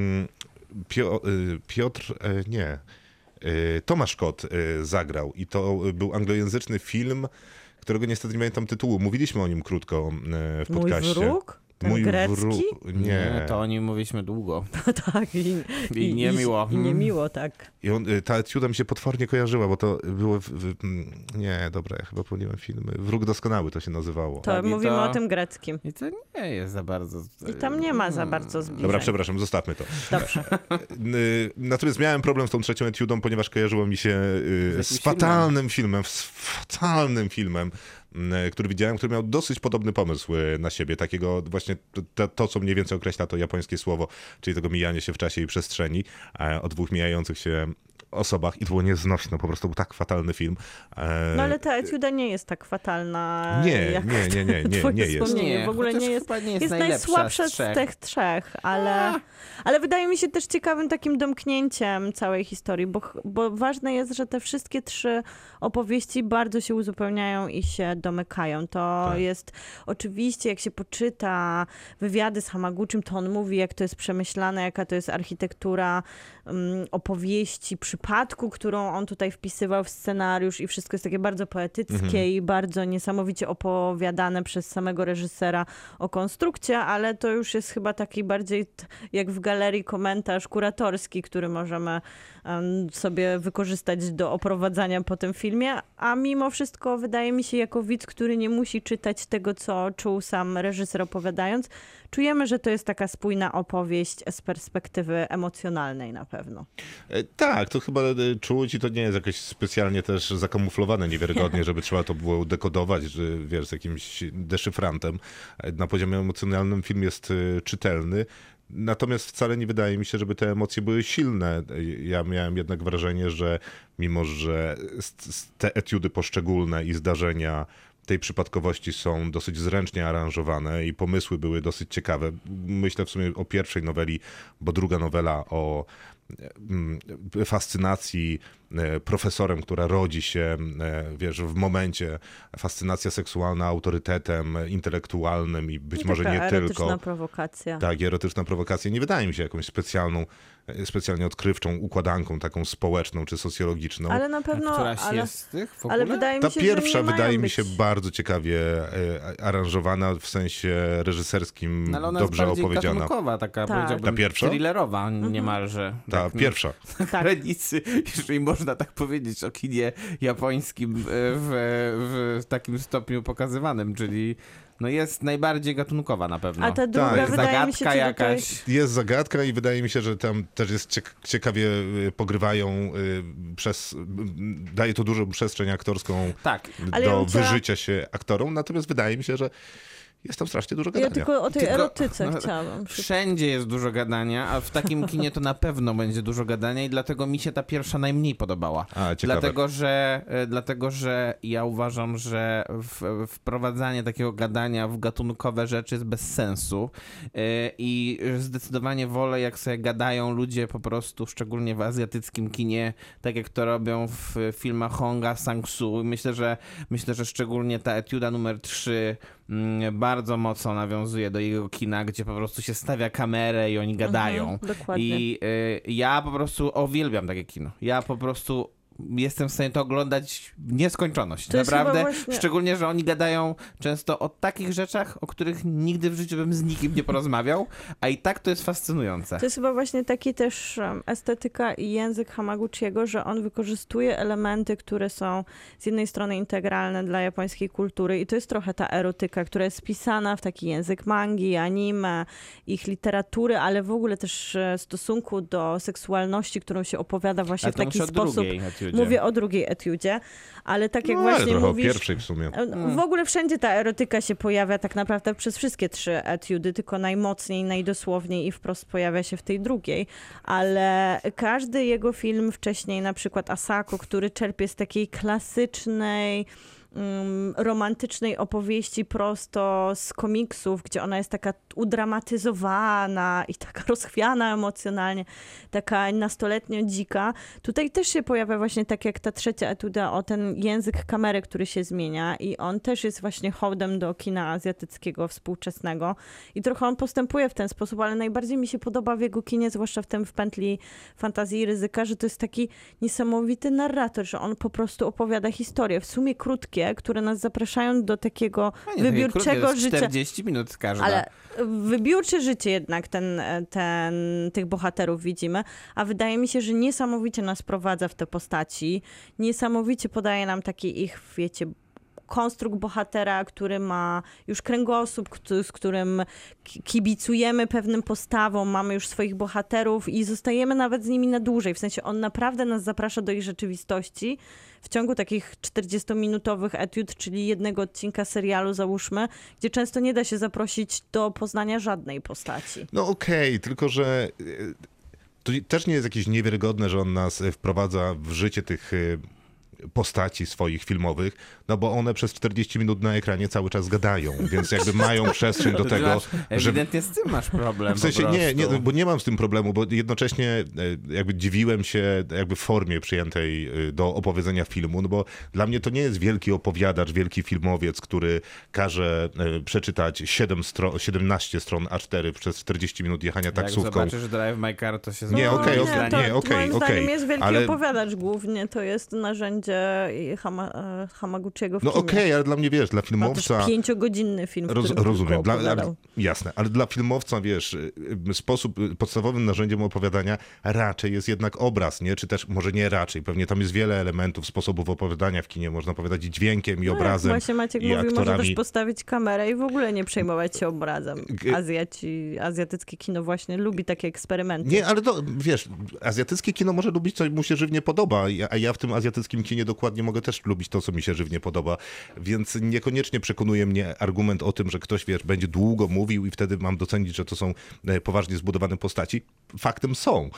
Tomasz Kot zagrał i to był anglojęzyczny film, którego niestety nie pamiętam tytułu. Mówiliśmy o nim krótko w podcaście. Mój wróg? Ten grecki? Nie, to o nim mówiliśmy długo. No tak. I niemiło. I niemiło, tak. I ta etiuda mi się potwornie kojarzyła, bo to było... Nie, dobra, ja chyba pomyliłem filmy. Wróg doskonały to się nazywało. To mówimy o tym greckim. I to nie jest za bardzo... I tam nie ma za bardzo zbliżeń. Dobra, przepraszam, zostawmy to. Dobrze. Natomiast miałem problem z tą trzecią etiudą, ponieważ kojarzyło mi się z fatalnym filmem, który widziałem, który miał dosyć podobny pomysł na siebie, takiego właśnie to, co mniej więcej określa to japońskie słowo, czyli tego mijania się w czasie i przestrzeni, o dwóch mijających się osobach i to było nieznośne, po prostu był tak fatalny film. No ale ta etiuda nie jest tak fatalna jak nie jest. W ogóle nie jest najsłabsza z tych trzech, ale wydaje mi się też ciekawym takim domknięciem całej historii, bo ważne jest, że te wszystkie trzy opowieści bardzo się uzupełniają i się domykają. To jest oczywiście, jak się poczyta wywiady z Hamaguchim, to on mówi, jak to jest przemyślane, jaka to jest architektura opowieści, przypadku, którą on tutaj wpisywał w scenariusz i wszystko jest takie bardzo poetyckie i bardzo niesamowicie opowiadane przez samego reżysera o konstrukcie, ale to już jest chyba taki bardziej jak w galerii komentarz kuratorski, który możemy sobie wykorzystać do oprowadzania po tym filmie, a mimo wszystko wydaje mi się jako widz, który nie musi czytać tego, co czuł sam reżyser opowiadając, czujemy, że to jest taka spójna opowieść z perspektywy emocjonalnej na pewno. pewno. Tak, to chyba czuć i to nie jest jakoś specjalnie też zakamuflowane niewiarygodnie, żeby trzeba to było dekodować, że wiesz, z jakimś deszyfrantem. Na poziomie emocjonalnym film jest czytelny. Natomiast wcale nie wydaje mi się, żeby te emocje były silne. Ja miałem jednak wrażenie, że mimo, że te etiudy poszczególne i zdarzenia tej przypadkowości są dosyć zręcznie aranżowane i pomysły były dosyć ciekawe. Myślę w sumie o pierwszej noweli, bo druga nowela o fascynacji profesorem, która rodzi się, wiesz, w momencie, fascynacja seksualna autorytetem intelektualnym i być może nie tylko. Erotyczna prowokacja. Tak, erotyczna prowokacja. Nie wydaje mi się jakąś specjalnie odkrywczą układanką taką społeczną czy socjologiczną. Ale na pewno... Któraś jest z tych w ogóle? Ale wydaje mi Ta się, pierwsza że nie wydaje mi być... się bardzo ciekawie aranżowana, w sensie reżyserskim, ale ona dobrze jest opowiedziana. Gatunkowa, taka Tak. powiedziałbym Ta pierwsza? thrillerowa niemalże. Ta pierwsza. Granicy, jeżeli można tak powiedzieć o kinie japońskim w takim stopniu pokazywanym, czyli no jest najbardziej gatunkowa na pewno. A ta druga Tak. wydaje mi się, Zagadka jakaś. Jest zagadka i wydaje mi się, że tam też jest ciekawie pogrywają daje to dużą przestrzeń aktorską Tak. do wyżycia się aktorom, natomiast wydaje mi się, że jest tam strasznie dużo gadania. Ja tylko o tej erotyce chciałam. Wszędzie jest dużo gadania, a w takim kinie to na pewno będzie dużo gadania i dlatego mi się ta pierwsza najmniej podobała. Dlatego, że ja uważam, że wprowadzanie takiego gadania w gatunkowe rzeczy jest bez sensu i zdecydowanie wolę, jak sobie gadają ludzie po prostu, szczególnie w azjatyckim kinie, tak jak to robią w filmach Honga Sang-soo. Myślę, że szczególnie ta etiuda numer 3 bardzo mocno nawiązuje do jego kina, gdzie po prostu się stawia kamerę i oni gadają. Dokładnie. I ja po prostu uwielbiam takie kino. Ja po prostu jestem w stanie to oglądać w nieskończoność. Naprawdę. Właśnie... Szczególnie, że oni gadają często o takich rzeczach, o których nigdy w życiu bym z nikim nie porozmawiał, a i tak to jest fascynujące. To jest chyba właśnie taki też estetyka i język Hamaguchiego, że on wykorzystuje elementy, które są z jednej strony integralne dla japońskiej kultury i to jest trochę ta erotyka, która jest spisana w taki język mangi, anime, ich literatury, ale w ogóle też stosunku do seksualności, którą się opowiada właśnie w taki sposób. Mówię o drugiej etiudzie, ale tak jak właśnie trochę mówisz... o pierwszej w sumie. W ogóle wszędzie ta erotyka się pojawia tak naprawdę przez wszystkie 3 etiudy, tylko najmocniej, najdosłowniej i wprost pojawia się w tej drugiej, ale każdy jego film wcześniej, na przykład Asako, który czerpie z takiej klasycznej romantycznej opowieści prosto z komiksów, gdzie ona jest taka udramatyzowana i taka rozchwiana emocjonalnie, taka nastoletnio dzika. Tutaj też się pojawia właśnie tak jak ta trzecia etuda o ten język kamery, który się zmienia i on też jest właśnie hołdem do kina azjatyckiego współczesnego i trochę on postępuje w ten sposób, ale najbardziej mi się podoba w jego kinie, zwłaszcza w pętli fantazji i ryzyka, że to jest taki niesamowity narrator, że on po prostu opowiada historie, w sumie krótkie, które nas zapraszają do takiego wybiórczego życia. 40 minut każda. Ale wybiórcze życie jednak tych bohaterów widzimy, a wydaje mi się, że niesamowicie nas prowadza w te postaci, niesamowicie podaje nam taki ich, wiecie, konstrukt bohatera, który ma już kręgosłup, z którym kibicujemy pewnym postawom, mamy już swoich bohaterów i zostajemy nawet z nimi na dłużej. W sensie on naprawdę nas zaprasza do ich rzeczywistości w ciągu takich 40-minutowych etiud, czyli jednego odcinka serialu załóżmy, gdzie często nie da się zaprosić do poznania żadnej postaci. No okej, tylko że to też nie jest jakieś niewiarygodne, że on nas wprowadza w życie tych postaci swoich filmowych, no bo one przez 40 minut na ekranie cały czas gadają, więc jakby mają przestrzeń do tego, że... Ewidentnie z tym masz problem. W sensie nie, bo nie mam z tym problemu, bo jednocześnie jakby dziwiłem się jakby w formie przyjętej do opowiedzenia filmu, no bo dla mnie to nie jest wielki opowiadacz, wielki filmowiec, który każe przeczytać 17 stron A4 przez 40 minut jechania taksówką. Jak zobaczysz Drive My Car, to się Nie, okej. Moim zdaniem jest wielki opowiadacz głównie, to jest narzędzie będzie Hamaguchiego w kinie. No okej, ale dla mnie, wiesz, dla filmowca... No to jest 5-godzinny film, rozumiem, jasne, ale dla filmowca, wiesz, podstawowym narzędziem opowiadania raczej jest jednak obraz, nie? Czy też, może nie raczej, pewnie tam jest wiele elementów, sposobów opowiadania w kinie, można opowiadać i dźwiękiem, i obrazem, właśnie Maciek i mówił, aktorami. może też postawić kamerę i w ogóle nie przejmować się obrazem. Azjatyckie kino właśnie lubi takie eksperymenty. Nie, ale to, wiesz, azjatyckie kino może lubić, co mu się żywnie podoba, a ja w tym azjatyckim kinie dokładnie mogę też lubić to, co mi się żywnie podoba, więc niekoniecznie przekonuje mnie argument o tym, że ktoś, wiesz, będzie długo mówił i wtedy mam docenić, że to są poważnie zbudowane postaci. Faktem są.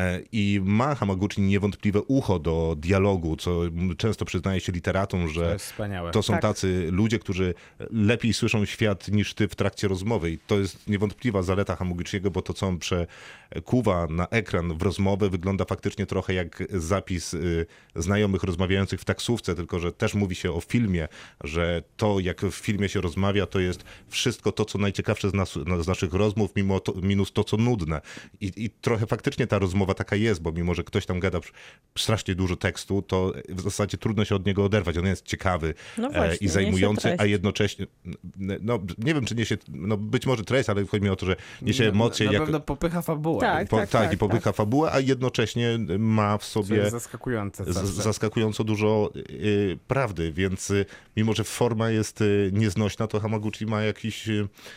I ma Hamaguchi niewątpliwe ucho do dialogu, co często przyznaje się literatom, że to są tacy ludzie, którzy lepiej słyszą świat niż ty w trakcie rozmowy. I to jest niewątpliwa zaleta Hamaguchiego, bo to, co on przekuwa na ekran w rozmowę, wygląda faktycznie trochę jak zapis znajomych rozmawiających w taksówce, tylko że też mówi się o filmie, że to, jak w filmie się rozmawia, to jest wszystko to, co najciekawsze z naszych rozmów, minus to, co nudne. I trochę faktycznie ta rozmowa taka jest, bo mimo, że ktoś tam gada strasznie dużo tekstu, to w zasadzie trudno się od niego oderwać. On jest ciekawy i zajmujący, a jednocześnie, no nie wiem, czy niesie, no być może treść, ale chodzi mi o to, że niesie emocje. Na pewno popycha fabułę. Tak, i popycha fabułę, a jednocześnie ma w sobie zaskakująco dużo prawdy, więc mimo, że forma jest nieznośna, to Hamaguchi ma jakiś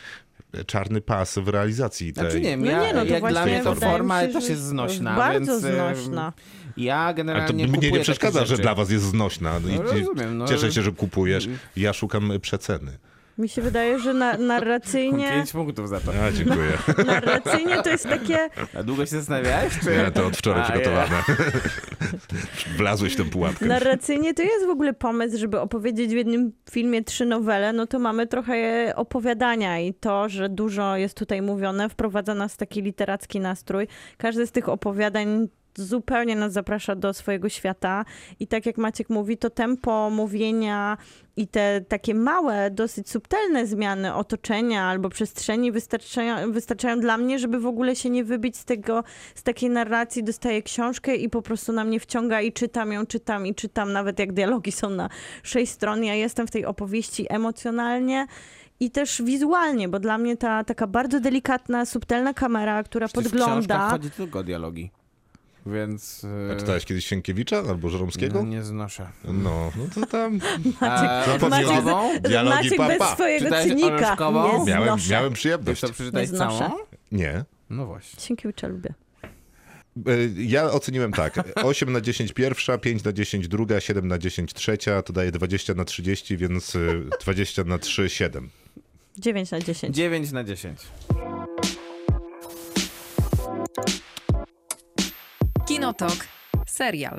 czarny pas w realizacji tej. Znaczy nie, jak dla mnie to forma też jest znośna. Bardzo znośna. Ja generalnie ale to mnie nie przeszkadza, że dla was jest znośna. Rozumiem. Cieszę się, że kupujesz. Ja szukam przeceny. Mi się wydaje, że narracyjnie... 5 punktów za to. A, dziękuję. Narracyjnie to jest takie... A długo się zastanawiałeś? Czy... Nie, to od wczoraj przygotowane. Wlazłeś w tę pułapkę. Narracyjnie to jest w ogóle pomysł, żeby opowiedzieć w jednym filmie 3 nowele, no to mamy trochę opowiadania i to, że dużo jest tutaj mówione, wprowadza nas w taki literacki nastrój. Każde z tych opowiadań zupełnie nas zaprasza do swojego świata i tak jak Maciek mówi, to tempo mówienia i te takie małe, dosyć subtelne zmiany otoczenia albo przestrzeni wystarczają dla mnie, żeby w ogóle się nie wybić z takiej narracji. Dostaję książkę i po prostu na mnie wciąga i czytam, nawet jak dialogi są na 6 stron. Ja jestem w tej opowieści emocjonalnie i też wizualnie, bo dla mnie ta taka bardzo delikatna, subtelna kamera, która podgląda... W książkach chodzi tylko o dialogi. Więc... A czytałeś kiedyś Sienkiewicza albo Żeromskiego? No, nie znoszę. No to tam... Maciek bez swojego cynika. Miałem przyjemność. To przeczytać całą? Nie. No właśnie. Sienkiewicza lubię. Ja oceniłem tak, 8 na 10 pierwsza, 5 na 10 druga, 7 na 10 trzecia, to daje 20 na 30, więc 20 na 3, 7. 9 na 10. 9 na 10. Kinotok. Serial.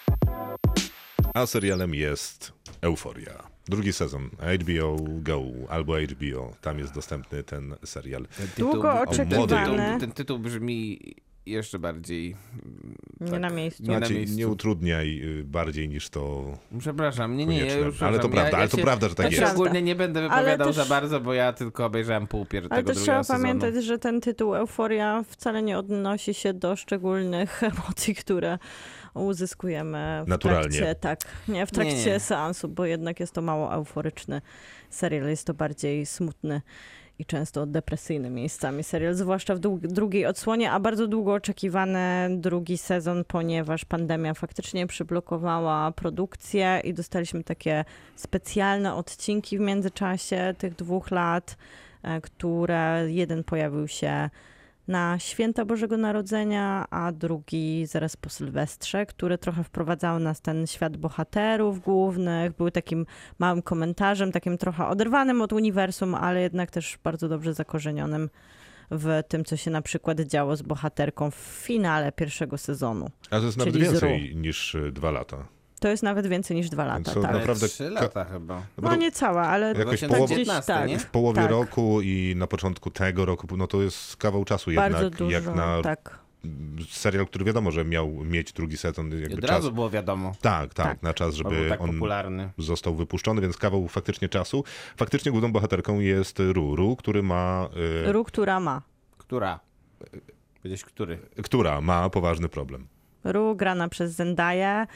A serialem jest Euforia. Drugi sezon. HBO Go albo HBO. Tam jest dostępny ten serial. Długo oczekiwany. Ten tytuł brzmi jeszcze bardziej... Nie na miejscu. Nie utrudniaj bardziej niż to... Przepraszam, nie, ja już... Ale to prawda, to prawda, że tak jest. Ja ogólnie nie będę wypowiadał za bardzo, bo ja tylko obejrzałem pół tego drugiego sezonu. Ale też trzeba pamiętać, że ten tytuł Euforia wcale nie odnosi się do szczególnych emocji, które uzyskujemy w naturalnie. trakcie seansu, bo jednak jest to mało euforyczny serial, jest to bardziej smutny i często depresyjny miejscami serial, zwłaszcza w drugiej odsłonie, a bardzo długo oczekiwany drugi sezon, ponieważ pandemia faktycznie przyblokowała produkcję i dostaliśmy takie specjalne odcinki w międzyczasie tych 2 lat, które jeden pojawił się na święta Bożego Narodzenia, a drugi zaraz po Sylwestrze, które trochę wprowadzały nas w ten świat bohaterów głównych, były takim małym komentarzem, takim trochę oderwanym od uniwersum, ale jednak też bardzo dobrze zakorzenionym w tym, co się na przykład działo z bohaterką w finale pierwszego sezonu. A to jest nawet więcej niż 2 lata. To jest nawet więcej niż 2 lata, tak. Naprawdę 3 lata chyba. No niecała, ale jakoś w połowie roku i na początku tego roku, no to jest kawał czasu bardzo jednak, dużo, jak na serial, który wiadomo, że miał mieć drugi sezon. Od razu było wiadomo. Tak, na czas, żeby tak on popularny. Został wypuszczony, więc kawał faktycznie czasu. Faktycznie główną bohaterką jest Ru, który ma... która ma. Która? Powiedziałeś który? Która ma poważny problem. Ru grana przez Zendaya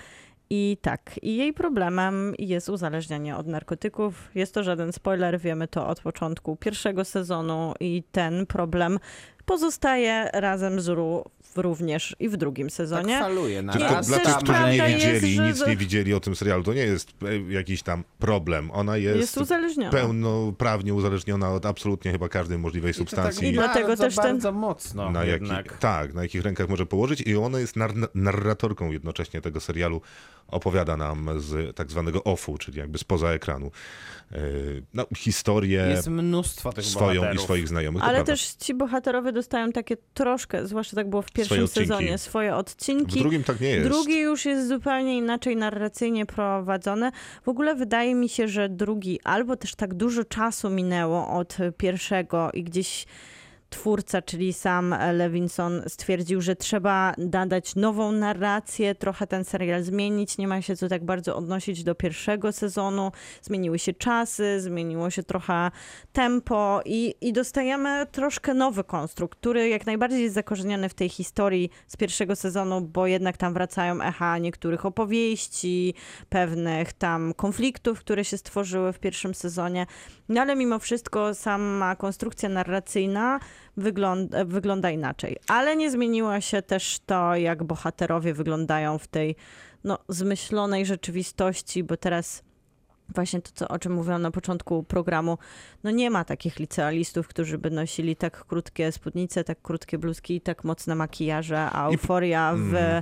I tak, i jej problemem jest uzależnienie od narkotyków. Jest to żaden spoiler, wiemy to od początku pierwszego sezonu i ten problem pozostaje razem z również i w drugim sezonie. Tak faluje na Tylko raz. dla tych, którzy nie widzieli, jest, nic nie widzieli o tym serialu, to nie jest jakiś tam problem. Ona jest uzależniona. Pełnoprawnie uzależniona od absolutnie chyba każdej możliwej substancji. I dlatego też bardzo mocno na jakich rękach może położyć i ona jest narratorką jednocześnie tego serialu. Opowiada nam z tak zwanego offu, czyli jakby spoza ekranu. Historię jest mnóstwo tych swoją bohaterów. I swoich znajomych. Ale też ci bohaterowie dostają takie troszkę, zwłaszcza tak było w pierwszym sezonie, swoje odcinki. W drugim tak nie jest. Drugi już jest zupełnie inaczej narracyjnie prowadzony. W ogóle wydaje mi się, że drugi albo też tak dużo czasu minęło od pierwszego i gdzieś twórca, czyli Sam Levinson stwierdził, że trzeba nadać nową narrację, trochę ten serial zmienić, nie ma się co tak bardzo odnosić do pierwszego sezonu, zmieniły się czasy, zmieniło się trochę tempo i dostajemy troszkę nowy konstrukt, który jak najbardziej jest zakorzeniony w tej historii z pierwszego sezonu, bo jednak tam wracają echa niektórych opowieści, pewnych tam konfliktów, które się stworzyły w pierwszym sezonie, no ale mimo wszystko sama konstrukcja narracyjna wygląda inaczej. Ale nie zmieniło się też to, jak bohaterowie wyglądają w tej zmyślonej rzeczywistości, bo teraz właśnie to, o czym mówiłam na początku programu, nie ma takich licealistów, którzy by nosili tak krótkie spódnice, tak krótkie bluzki i tak mocne makijaże, a Euforia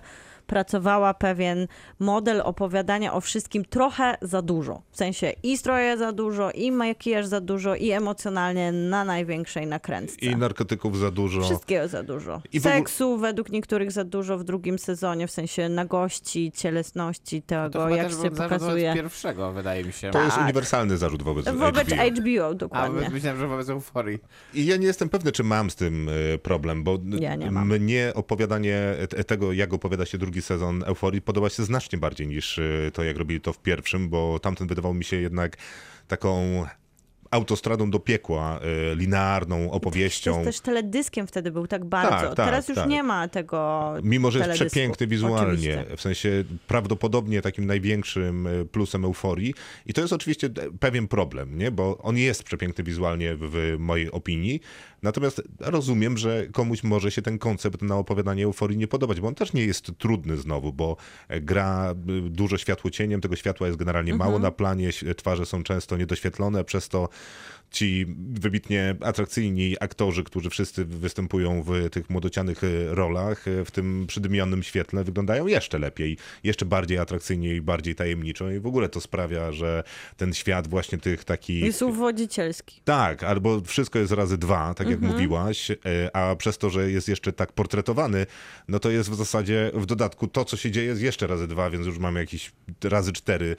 pracowała pewien model opowiadania o wszystkim trochę za dużo. W sensie i stroje za dużo, i makijaż za dużo, i emocjonalnie na największej nakrętce. I narkotyków za dużo. Wszystkiego za dużo. I seksu według niektórych za dużo w drugim sezonie, w sensie nagości, cielesności, tego jak się pokazuje. Pierwszego, wydaje mi się. To jest uniwersalny zarzut wobec HBO, dokładnie. A myślałem, że wobec Euforii. I ja nie jestem pewny, czy mam z tym problem, bo ja nie mam. Mnie opowiadanie tego, jak opowiada się drugi sezon Euforii podoba się znacznie bardziej niż to, jak robili to w pierwszym, bo tamten wydawał mi się jednak taką autostradą do piekła, linearną opowieścią. To też teledyskiem wtedy był tak bardzo. Teraz już nie ma tego Mimo, że jest teledysku. przepiękny wizualnie. Oczywiście. W sensie prawdopodobnie takim największym plusem Euforii. I to jest oczywiście pewien problem, nie? Bo on jest przepiękny wizualnie w mojej opinii. Natomiast rozumiem, że komuś może się ten koncept na opowiadanie Euforii nie podobać, bo on też nie jest trudny znowu, bo gra dużo światłocieniem, tego światła jest generalnie mało na planie, twarze są często niedoświetlone, przez to ci wybitnie atrakcyjni aktorzy, którzy wszyscy występują w tych młodocianych rolach, w tym przydymionym świetle, wyglądają jeszcze lepiej, jeszcze bardziej atrakcyjnie i bardziej tajemniczo i w ogóle to sprawia, że ten świat właśnie tych takich... Jest uwodzicielski. Tak, albo wszystko jest razy dwa, tak jak mówiłaś, a przez to, że jest jeszcze tak portretowany, no to jest w zasadzie w dodatku to, co się dzieje jest jeszcze razy dwa, więc już mamy jakieś razy 4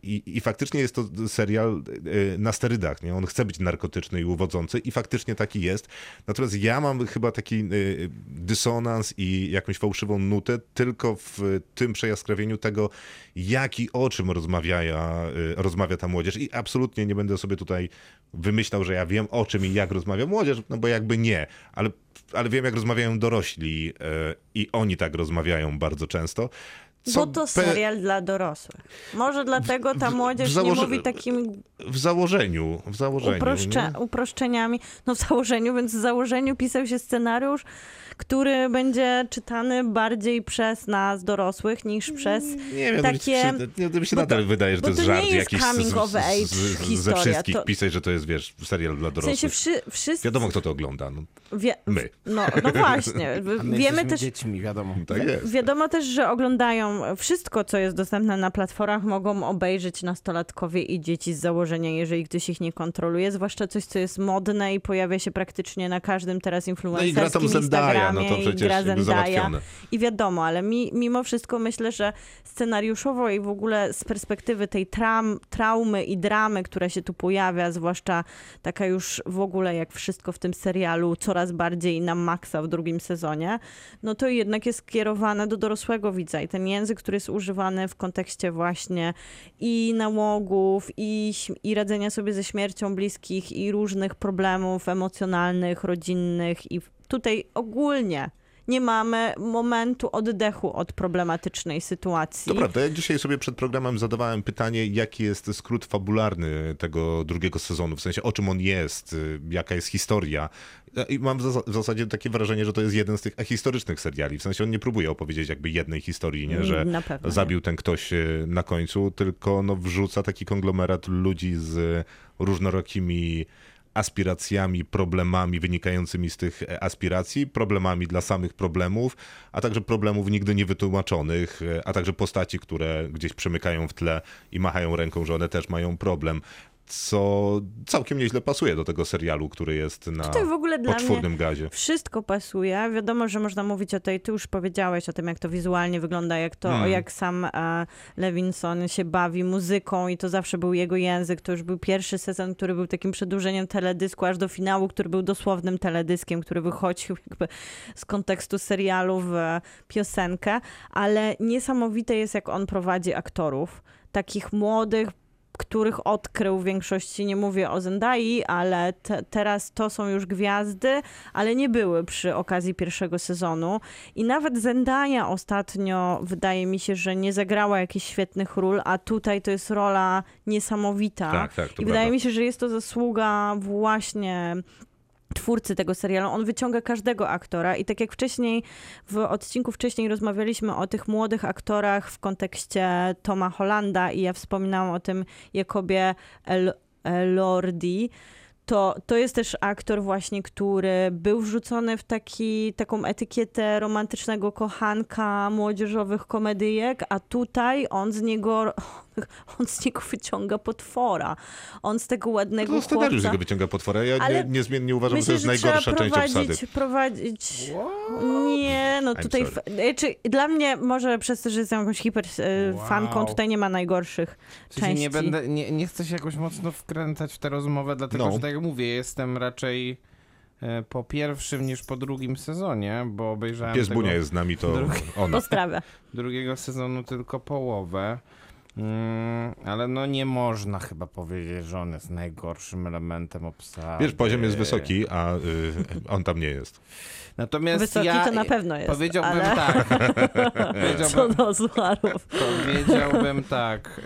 i faktycznie jest to serial na sterydach, nie? On chce być narkotyczny i uwodzący i faktycznie taki jest. Natomiast ja mam chyba taki dysonans i jakąś fałszywą nutę tylko w tym przejaskrawieniu tego, jak i o czym rozmawia ta młodzież. I absolutnie nie będę sobie tutaj wymyślał, że ja wiem o czym i jak rozmawia młodzież, no bo jakby nie. Ale wiem, jak rozmawiają dorośli i oni tak rozmawiają bardzo często. Bo to serial dla dorosłych. Może dlatego ta młodzież nie mówi takimi... W założeniu. Uproszczeniami. No w założeniu, więc w założeniu pisał się scenariusz, który będzie czytany bardziej przez nas dorosłych niż przez takie... Mi się nadal wydaje, że to jest żart jakiś ze wszystkich to... pisać, że to jest, serial dla dorosłych. W sensie wszyscy... Wiadomo, kto to ogląda. My. No właśnie. Wiemy też... dziećmi, wiadomo. Tak jest. Wiadomo też, że oglądają wszystko, co jest dostępne na platformach, mogą obejrzeć nastolatkowie i dzieci z założenia, jeżeli ktoś ich nie kontroluje, zwłaszcza coś, co jest modne i pojawia się praktycznie na każdym teraz influencerskim Instagramie. No to przecież załatwione. I wiadomo, ale mimo wszystko myślę, że scenariuszowo i w ogóle z perspektywy tej traumy i dramy, która się tu pojawia, zwłaszcza taka już w ogóle jak wszystko w tym serialu coraz bardziej na maksa w drugim sezonie, no to jednak jest skierowane do dorosłego widza i ten język, który jest używany w kontekście właśnie i nałogów, i radzenia sobie ze śmiercią bliskich, i różnych problemów emocjonalnych, rodzinnych i tutaj ogólnie nie mamy momentu oddechu od problematycznej sytuacji. To prawda, ja dzisiaj sobie przed programem zadawałem pytanie, jaki jest skrót fabularny tego drugiego sezonu, w sensie o czym on jest, jaka jest historia. I mam w zasadzie takie wrażenie, że to jest jeden z tych ahistorycznych seriali. W sensie on nie próbuje opowiedzieć jakby jednej historii, nie? Że zabił ten ktoś na końcu, tylko wrzuca taki konglomerat ludzi z różnorakimi aspiracjami, problemami wynikającymi z tych aspiracji, problemami dla samych problemów, a także problemów nigdy niewytłumaczonych, a także postaci, które gdzieś przemykają w tle i machają ręką, że one też mają problem. Co całkiem nieźle pasuje do tego serialu, który jest na w ogóle poczwórnym gazie. Wszystko pasuje. Wiadomo, że można mówić o tej, ty już powiedziałeś o tym, jak to wizualnie wygląda, jak sam Levinson się bawi muzyką i to zawsze był jego język. To już był pierwszy sezon, który był takim przedłużeniem teledysku, aż do finału, który był dosłownym teledyskiem, który wychodził jakby z kontekstu serialu w piosenkę. Ale niesamowite jest, jak on prowadzi aktorów. Takich młodych, których odkrył w większości, nie mówię o Zendai, ale teraz to są już gwiazdy, ale nie były przy okazji pierwszego sezonu. I nawet Zendaya ostatnio wydaje mi się, że nie zagrała jakichś świetnych ról, a tutaj to jest rola niesamowita. Tak, I wydaje mi się, że jest to zasługa właśnie twórcy tego serialu. On wyciąga każdego aktora i tak jak wcześniej, w odcinku wcześniej rozmawialiśmy o tych młodych aktorach w kontekście Toma Hollanda i ja wspominałam o tym Jacobie Elordi, to jest też aktor właśnie, który był wrzucony w taką etykietę romantycznego kochanka młodzieżowych komedyjek, a tutaj on z niego wyciąga potwora. On z tego ładnego chłopca... scenariusz z niego wyciąga potwora. Ja niezmiennie uważam, że to jest najgorsza część obsady. Nie, tutaj... Dla mnie, może przez to, że jestem jakąś fanką, tutaj nie ma najgorszych części. Nie chcę się jakoś mocno wkręcać w tę rozmowę, dlatego że tak jak mówię, jestem raczej po pierwszym niż po drugim sezonie, bo obejrzałem Pies Bunia jest z nami, to ona. Pozdrawiam. Drugiego sezonu tylko połowę. Ale nie można chyba powiedzieć, że on jest najgorszym elementem obsady. Wiesz, poziom jest wysoki, a on tam nie jest. Natomiast wysoki to na pewno jest. Powiedziałbym tak. Co do Sucharów. Powiedziałbym tak.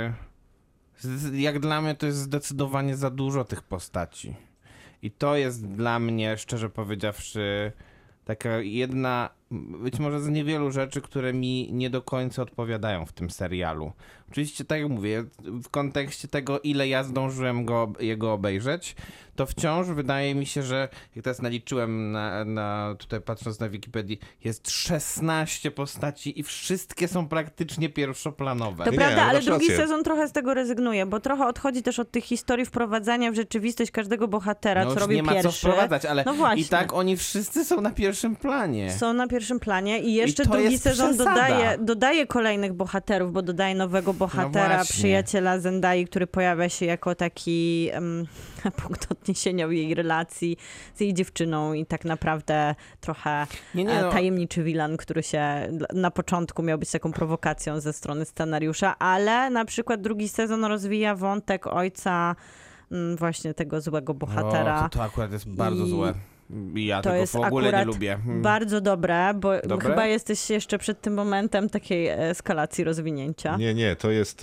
Jak dla mnie to jest zdecydowanie za dużo tych postaci. I to jest dla mnie, szczerze powiedziawszy, taka jedna, być może z niewielu rzeczy, które mi nie do końca odpowiadają w tym serialu. Oczywiście, tak jak mówię, w kontekście tego, ile ja zdążyłem jego obejrzeć, to wciąż wydaje mi się, że jak teraz naliczyłem tutaj patrząc na Wikipedii, jest 16 postaci i wszystkie są praktycznie pierwszoplanowe. To prawda, ale drugi sezon trochę z tego rezygnuje, bo trochę odchodzi też od tych historii wprowadzania w rzeczywistość każdego bohatera, co robi pierwszy. Nie ma co wprowadzać, ale i tak oni wszyscy są na pierwszym planie. Są na pierwszym planie i jeszcze drugi sezon dodaje kolejnych bohaterów, bo dodaje nowego bohatera, przyjaciela Zendai, który pojawia się jako taki punkt odniesienia w jej relacji z jej dziewczyną i tak naprawdę trochę tajemniczy wilan, który się na początku miał być taką prowokacją ze strony scenariusza, ale na przykład drugi sezon rozwija wątek ojca właśnie tego złego bohatera. To akurat jest bardzo złe. Ja tego w ogóle nie lubię. Bardzo dobre, bo chyba jesteś jeszcze przed tym momentem takiej eskalacji rozwinięcia. Nie, to jest...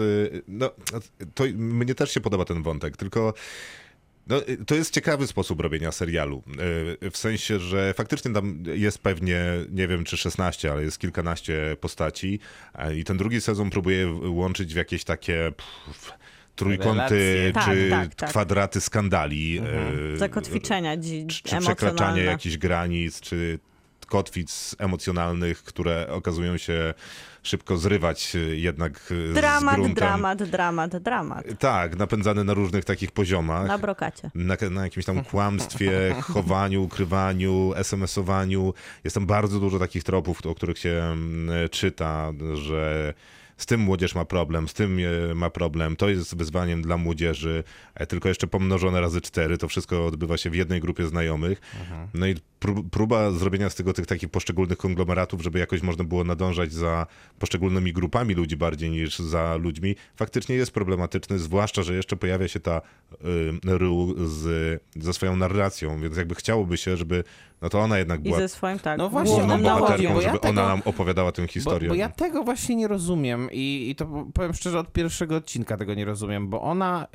mnie też się podoba ten wątek, tylko... to jest ciekawy sposób robienia serialu. W sensie, że faktycznie tam jest pewnie, nie wiem czy 16, ale jest kilkanaście postaci i ten drugi sezon próbuje łączyć w jakieś takie... trójkąty czy kwadraty skandali. Zakotwiczenia czy przekraczanie jakichś granic, czy kotwic emocjonalnych, które okazują się szybko zrywać jednak z gruntem. Dramat. Tak, napędzany na różnych takich poziomach. Na brokacie. Na jakimś tam kłamstwie, chowaniu, ukrywaniu, SMS-owaniu. Jest tam bardzo dużo takich tropów, o których się czyta, że z tym młodzież ma problem, z tym ma problem, to jest wyzwaniem dla młodzieży, tylko jeszcze pomnożone razy 4, to wszystko odbywa się w jednej grupie znajomych. No i próba zrobienia z tego tych takich poszczególnych konglomeratów, żeby jakoś można było nadążać za poszczególnymi grupami ludzi bardziej niż za ludźmi, faktycznie jest problematyczny, zwłaszcza, że jeszcze pojawia się ta Rue ze swoją narracją, więc jakby chciałoby się, żeby no to ona jednak była i ze swoim, tak, no właśnie, główną bohaterką, żeby tego, ona nam opowiadała tę historię. Bo ja tego właśnie nie rozumiem i to powiem szczerze, od pierwszego odcinka tego nie rozumiem, bo ona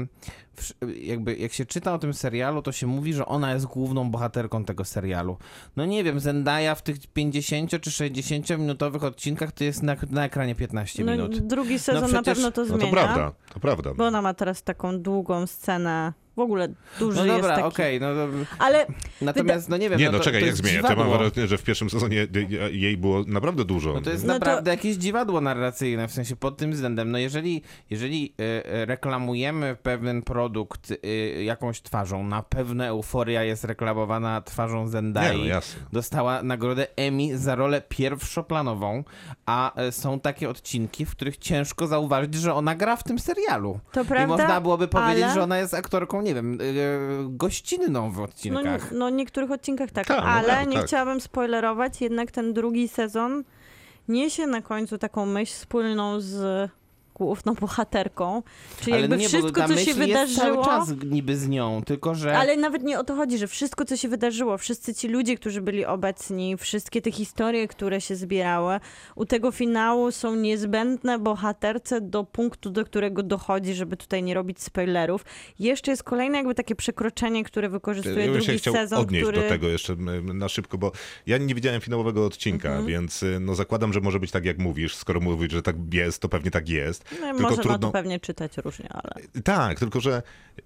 jakby jak się czyta o tym serialu, to się mówi, że ona jest główną bohaterką tego serialu. No nie wiem, Zendaya w tych 50 czy 60 minutowych odcinkach to jest na ekranie 15 minut. Drugi sezon na pewno to zmienia. To prawda. Bo ona ma teraz taką długą scenę. W ogóle duży no dobra, jest taki. okej, no ale natomiast, no nie wiem. Nie, no no to, czekaj, to jak zmienia? Ja mam wrażenie, że w pierwszym sezonie jej było naprawdę dużo. No to jest naprawdę jakieś dziwadło narracyjne, w sensie pod tym względem. No jeżeli reklamujemy pewien produkt jakąś twarzą, na pewno Euforia jest reklamowana twarzą Zendai. Nie, no jasne. Dostała nagrodę Emmy za rolę pierwszoplanową, a są takie odcinki, w których ciężko zauważyć, że ona gra w tym serialu. To prawda, i można byłoby powiedzieć, że ona jest aktorką, nie wiem, gościnną w odcinkach. No niektórych odcinkach tak, no ale nie tak. chciałabym spoilerować, jednak ten drugi sezon niesie na końcu taką myśl wspólną z główną bohaterką, czyli jakby nie, wszystko, co się wydarzyło... jest cały czas niby z nią, tylko że... Ale nawet nie o to chodzi, że wszystko, co się wydarzyło, wszyscy ci ludzie, którzy byli obecni, wszystkie te historie, które się zbierały, u tego finału są niezbędne bohaterce do punktu, do którego dochodzi, żeby tutaj nie robić spoilerów. Jeszcze jest kolejne jakby takie przekroczenie, które wykorzystuje drugi chciał sezon, odnieść który... do tego jeszcze na szybko, bo ja nie widziałem finałowego odcinka, więc no zakładam, że może być tak, jak mówisz. Skoro mówisz, że tak jest, to pewnie tak jest. No, można to pewnie czytać różnie, ale... Tak, tylko że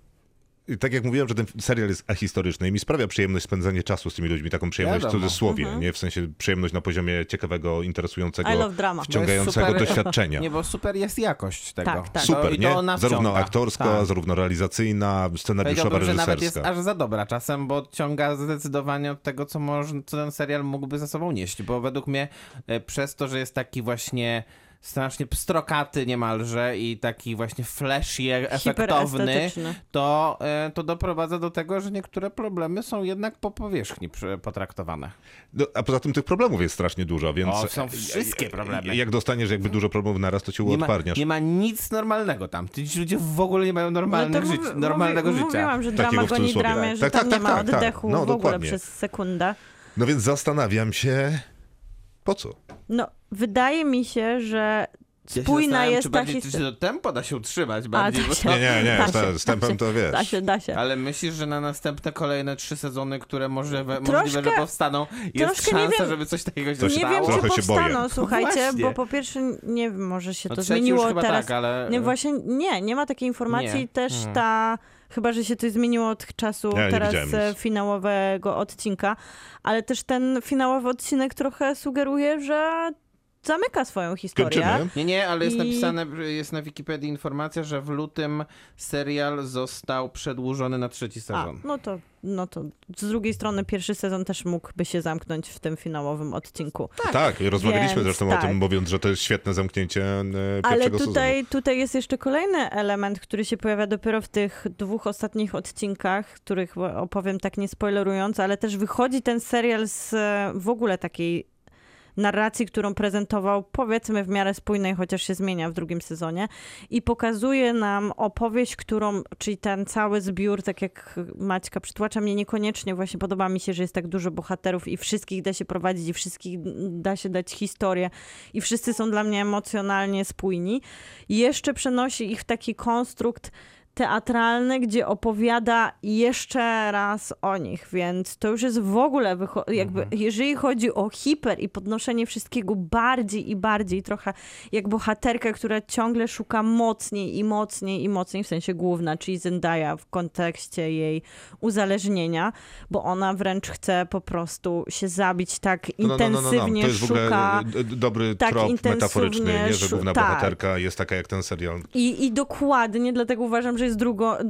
tak jak mówiłem, że ten serial jest ahistoryczny i mi sprawia przyjemność spędzanie czasu z tymi ludźmi, taką przyjemność w cudzysłowie, nie? W sensie przyjemność na poziomie ciekawego, interesującego, wciągającego doświadczenia. Nie, bo super jest jakość tego. Tak. Super, nie? Zarówno aktorska, zarówno realizacyjna, scenariuszowa, reżyserska. Że nawet jest aż za dobra czasem, bo odciąga zdecydowanie od tego, co ten serial mógłby za sobą nieść, bo według mnie przez to, że jest taki właśnie strasznie pstrokaty niemalże i taki właśnie flashy, efektowny, to doprowadza do tego, że niektóre problemy są jednak po powierzchni potraktowane. No, a poza tym tych problemów jest strasznie dużo, więc... są wszystkie problemy. Jak dostaniesz jakby dużo problemów naraz, to cię uodparniasz. Nie ma nic normalnego tam. Ci ludzie w ogóle nie mają normalnego życia. Mówiłam, że drama goni dramę, że tam nie ma oddechu w ogóle przez sekundę. No więc zastanawiam się, po co? No, wydaje mi się, że spójna jest ta historia. Czy to tempo da się utrzymać bardziej? Nie, z tempem to wiesz. Da się. Ale myślisz, że na następne kolejne 3 sezony, które możliwe, że powstaną, jest szansa, żeby coś takiego się stało? Nie wiem, czy powstaną, słuchajcie, bo po pierwsze, nie wiem, może się to zmieniło teraz. Tak, ale... Nie ma takiej informacji. Nie. Też chyba, że się coś zmieniło od czasu teraz finałowego odcinka, ale też ten finałowy odcinek trochę sugeruje, że zamyka swoją historię. Kończymy? Nie, ale jest napisane, jest na Wikipedii informacja, że w lutym serial został przedłużony na 3. sezon. No to z drugiej strony pierwszy sezon też mógłby się zamknąć w tym finałowym odcinku. Tak, rozmawialiśmy zresztą o tym, mówiąc, że to jest świetne zamknięcie pierwszego sezonu. Ale tutaj jest jeszcze kolejny element, który się pojawia dopiero w tych 2 ostatnich odcinkach, których opowiem tak nie spoilerując, ale też wychodzi ten serial z w ogóle takiej narracji, którą prezentował, powiedzmy w miarę spójnej, chociaż się zmienia w drugim sezonie i pokazuje nam opowieść, czyli ten cały zbiór, tak jak Maćka przytłacza mnie niekoniecznie, właśnie podoba mi się, że jest tak dużo bohaterów i wszystkich da się prowadzić i wszystkich da się dać historię i wszyscy są dla mnie emocjonalnie spójni. I jeszcze przenosi ich w taki konstrukt teatralny, gdzie opowiada jeszcze raz o nich, więc to już jest w ogóle, jakby, jeżeli chodzi o hiper i podnoszenie wszystkiego bardziej i bardziej, trochę jak bohaterka, która ciągle szuka mocniej i mocniej i mocniej, w sensie główna, czyli Zendaya w kontekście jej uzależnienia, bo ona wręcz chce po prostu się zabić tak intensywnie, To jest w ogóle dobry trop metaforyczny, nie? Że główna bohaterka jest taka jak ten serial. I dokładnie, dlatego uważam, że jest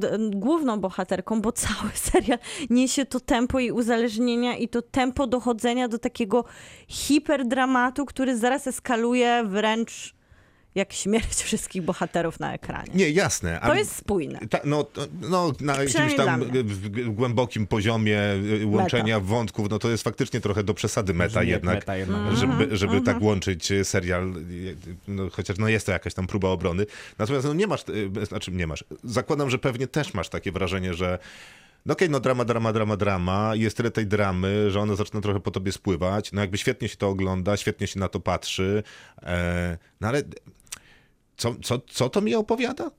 główną bohaterką, bo cały serial niesie to tempo jej uzależnienia i to tempo dochodzenia do takiego hiperdramatu, który zaraz eskaluje wręcz jak śmierć wszystkich bohaterów na ekranie. Nie, jasne. To jest spójne. Na jakimś tam głębokim poziomie łączenia wątków, no to jest faktycznie trochę do przesady meta jednak, żeby tak łączyć serial, no, chociaż no jest to jakaś tam próba obrony. Natomiast no nie masz. Zakładam, że pewnie też masz takie wrażenie, że no okej, no drama, jest tyle tej dramy, że ona zaczyna trochę po tobie spływać, no jakby świetnie się to ogląda, świetnie się na to patrzy, no ale co to mi opowiada?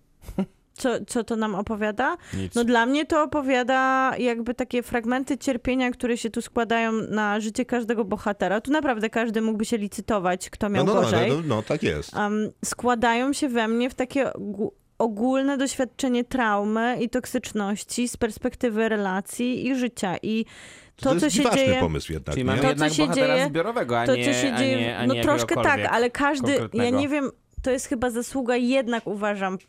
Co to nam opowiada? Nic. No dla mnie to opowiada jakby takie fragmenty cierpienia, które się tu składają na życie każdego bohatera. Tu naprawdę każdy mógłby się licytować, kto miał gorzej. No, tak jest. Składają się we mnie w takie ogólne doświadczenie traumy i toksyczności z perspektywy relacji i życia. I to co się dzieje... pomysł jednak. Czyli mamy jednak bohatera zbiorowego, a nie no troszkę tak, ale każdy... konkretnego. Ja nie wiem, to jest chyba zasługa jednak uważam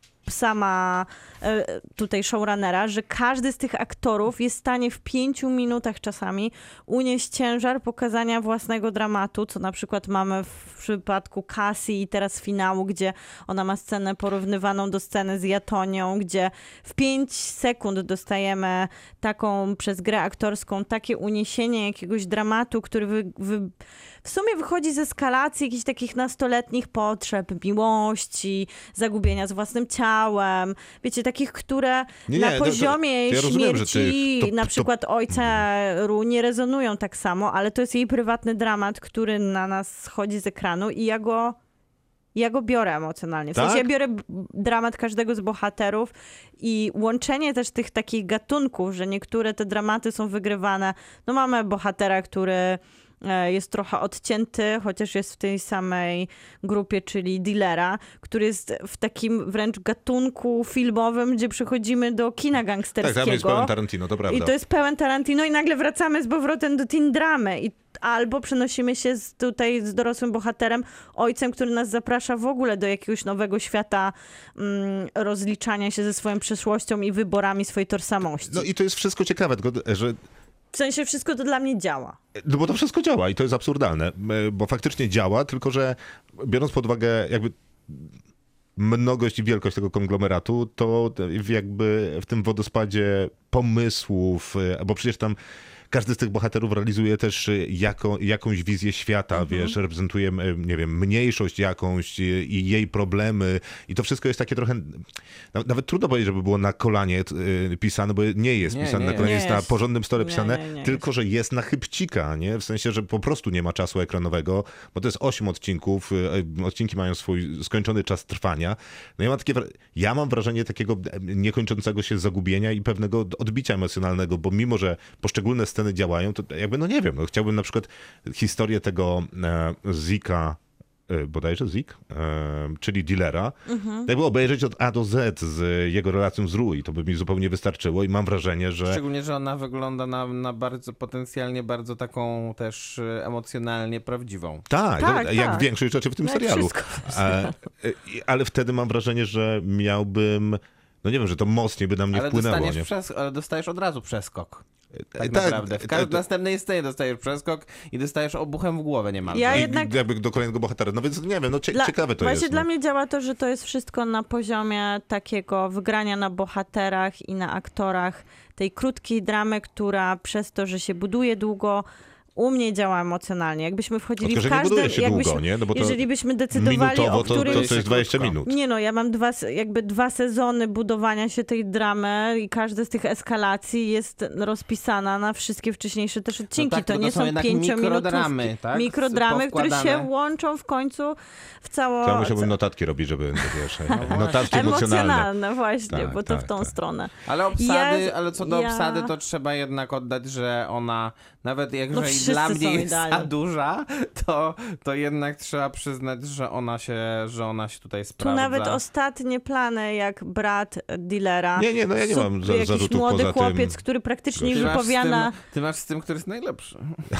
sama tutaj showrunnera, że każdy z tych aktorów jest w stanie w 5 minutach czasami unieść ciężar pokazania własnego dramatu, co na przykład mamy w przypadku Cassie i teraz finału, gdzie ona ma scenę porównywaną do sceny z Jatonią, gdzie w 5 sekund dostajemy taką przez grę aktorską takie uniesienie jakiegoś dramatu, który w sumie wychodzi z eskalacji jakichś takich nastoletnich potrzeb, miłości, zagubienia z własnym ciałem. Wiecie, takich, które na poziomie śmierci na przykład ojca Ru nie rezonują tak samo, ale to jest jej prywatny dramat, który na nas schodzi z ekranu i ja go biorę emocjonalnie. W sensie ja biorę dramat każdego z bohaterów i łączenie też tych takich gatunków, że niektóre te dramaty są wygrywane. No mamy bohatera, który jest trochę odcięty, chociaż jest w tej samej grupie, czyli dealera, który jest w takim wręcz gatunku filmowym, gdzie przechodzimy do kina gangsterskiego. Tak, tam jest pełen Tarantino, to prawda. I to jest pełen Tarantino i nagle wracamy z powrotem do teen dramy. Albo przenosimy się tutaj z dorosłym bohaterem, ojcem, który nas zaprasza w ogóle do jakiegoś nowego świata rozliczania się ze swoją przeszłością i wyborami swojej tożsamości. No i to jest wszystko ciekawe, tylko że... W sensie wszystko to dla mnie działa. No bo to wszystko działa i to jest absurdalne, bo faktycznie działa, tylko że biorąc pod uwagę jakby mnogość i wielkość tego konglomeratu, to jakby w tym wodospadzie pomysłów, bo przecież tam każdy z tych bohaterów realizuje też jakąś wizję świata, wiesz, reprezentuje, nie wiem, mniejszość jakąś i jej problemy i to wszystko jest takie trochę, nawet trudno powiedzieć, żeby było na kolanie pisane, bo nie jest pisane na kolanie, jest na porządnym stole pisane, tylko że jest na chybcika, nie? W sensie, że po prostu nie ma czasu ekranowego, bo to jest 8 odcinków, odcinki mają swój skończony czas trwania. No ja mam wrażenie takiego niekończącego się zagubienia i pewnego odbicia emocjonalnego, bo mimo, że poszczególne sceny działają, to jakby, no nie wiem, no chciałbym na przykład historię tego Zika, bodajże Zik, czyli dealera, jakby obejrzeć od A do Z z jego relacją z Ru i to by mi zupełnie wystarczyło i mam wrażenie, że... Szczególnie, że ona wygląda na bardzo potencjalnie bardzo taką też emocjonalnie prawdziwą. Tak, jak większość rzeczy w tym serialu. Ale wtedy mam wrażenie, że miałbym... No nie wiem, że to mocniej by na mnie wpłynęło. Ale dostajesz od razu przeskok. Tak naprawdę. W każdej następnej scenie dostajesz przeskok i dostajesz obuchem w głowę niemalże. Jakby do kolejnego bohatera. No więc nie wiem, no ciekawe to jest. Właśnie dla mnie działa to, że to jest wszystko na poziomie takiego wygrania na bohaterach i na aktorach tej krótkiej dramy, która przez to, że się buduje długo, u mnie działa emocjonalnie. Jakbyśmy wchodzili w każdy... buduje się długo, nie? No bo jeżeli byśmy decydowali minutowo, o którymś... to jest 20 minut. Nie no, ja mam dwa sezony budowania się tej dramy i każda z tych eskalacji jest rozpisana na wszystkie wcześniejsze też odcinki. No tak, to nie są 5-minutówki. Mikrodramy, które się łączą w końcu w cało... Ja musiałbym notatki robić, żeby notatki emocjonalne. Właśnie, bo to w tą stronę. Ale co do obsady, to trzeba jednak oddać, że ona nawet jeżeli dla mnie jest za duża, to jednak trzeba przyznać, że ona się tutaj sprawdza. Tu nawet ostatnie plany, jak brat dealera. Nie, no ja nie mam zarzutów jakiś młody poza chłopiec, tym. który praktycznie już wypowiada... Ty masz z tym, który jest najlepszy.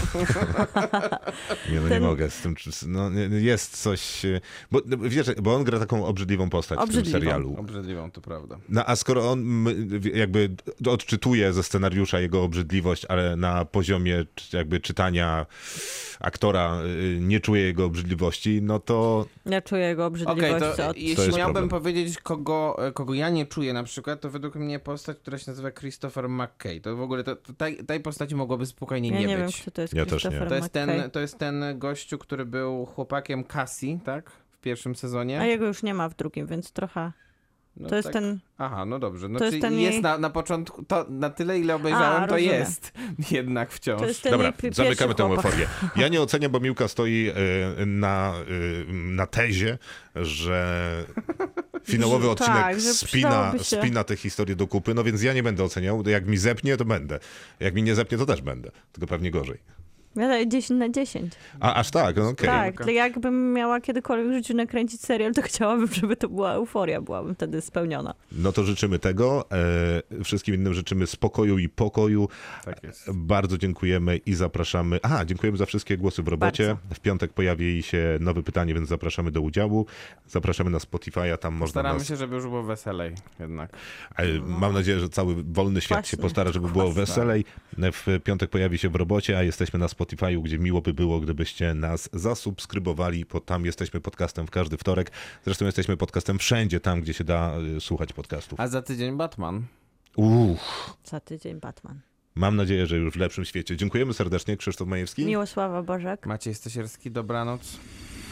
Nie mogę z tym. No, jest coś... Bo on gra taką obrzydliwą postać w tym serialu. Obrzydliwą, to prawda. No, a skoro on jakby odczytuje ze scenariusza jego obrzydliwość, ale na poziomie jakby czytelnika czytania aktora nie czuje jego obrzydliwości, no to... Ja czuję jego obrzydliwość. Jeśli miałbym powiedzieć, kogo ja nie czuję na przykład, to według mnie postać, która się nazywa Christopher McKay. To w ogóle tej postaci mogłoby spokojnie nie być. Ja nie wiem, kto to jest Christopher McKay. To jest ten gościu, który był chłopakiem Cassie, tak? W pierwszym sezonie. A jego już nie ma w drugim, więc trochę... No to jest ten... Aha, no dobrze. No, to jest na początku, to na tyle, ile obejrzałem, to jest jednak wciąż. To jest ten Dobra, zamykamy tę euforię. Ja nie oceniam, bo Miłka stoi na tezie, że finałowy odcinek spina tę historię do kupy, no więc ja nie będę oceniał. Jak mi zepnie, to będę. Jak mi nie zepnie, to też będę. Tylko pewnie gorzej. Ja daję 10 na 10. A, aż tak, no okej. Tak, jakbym miała kiedykolwiek w życiu nakręcić serial, to chciałabym, żeby to była euforia, byłabym wtedy spełniona. No to życzymy tego. Wszystkim innym życzymy spokoju i pokoju. Tak jest. Bardzo dziękujemy i zapraszamy. Dziękujemy za wszystkie głosy w robocie. Bardzo. W piątek pojawi się nowe pytanie, więc zapraszamy do udziału. Zapraszamy na Spotify'a, tam można Staramy się, żeby już było weselej jednak. Mam nadzieję, że cały wolny świat się postara, żeby było weselej. W piątek pojawi się w robocie, a jesteśmy na Spotify'u, gdzie miło by było, gdybyście nas zasubskrybowali, bo tam jesteśmy podcastem w każdy wtorek. Zresztą jesteśmy podcastem wszędzie tam, gdzie się da słuchać podcastów. A za tydzień Batman. Za tydzień Batman. Mam nadzieję, że już w lepszym świecie. Dziękujemy serdecznie. Krzysztof Majewski. Miłosława Bożek. Maciej Stasierski, dobranoc.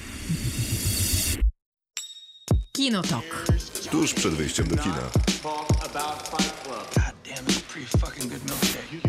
Kinotok. Tuż przed wyjściem do kina. God damn, it's a pretty fucking good milkshake.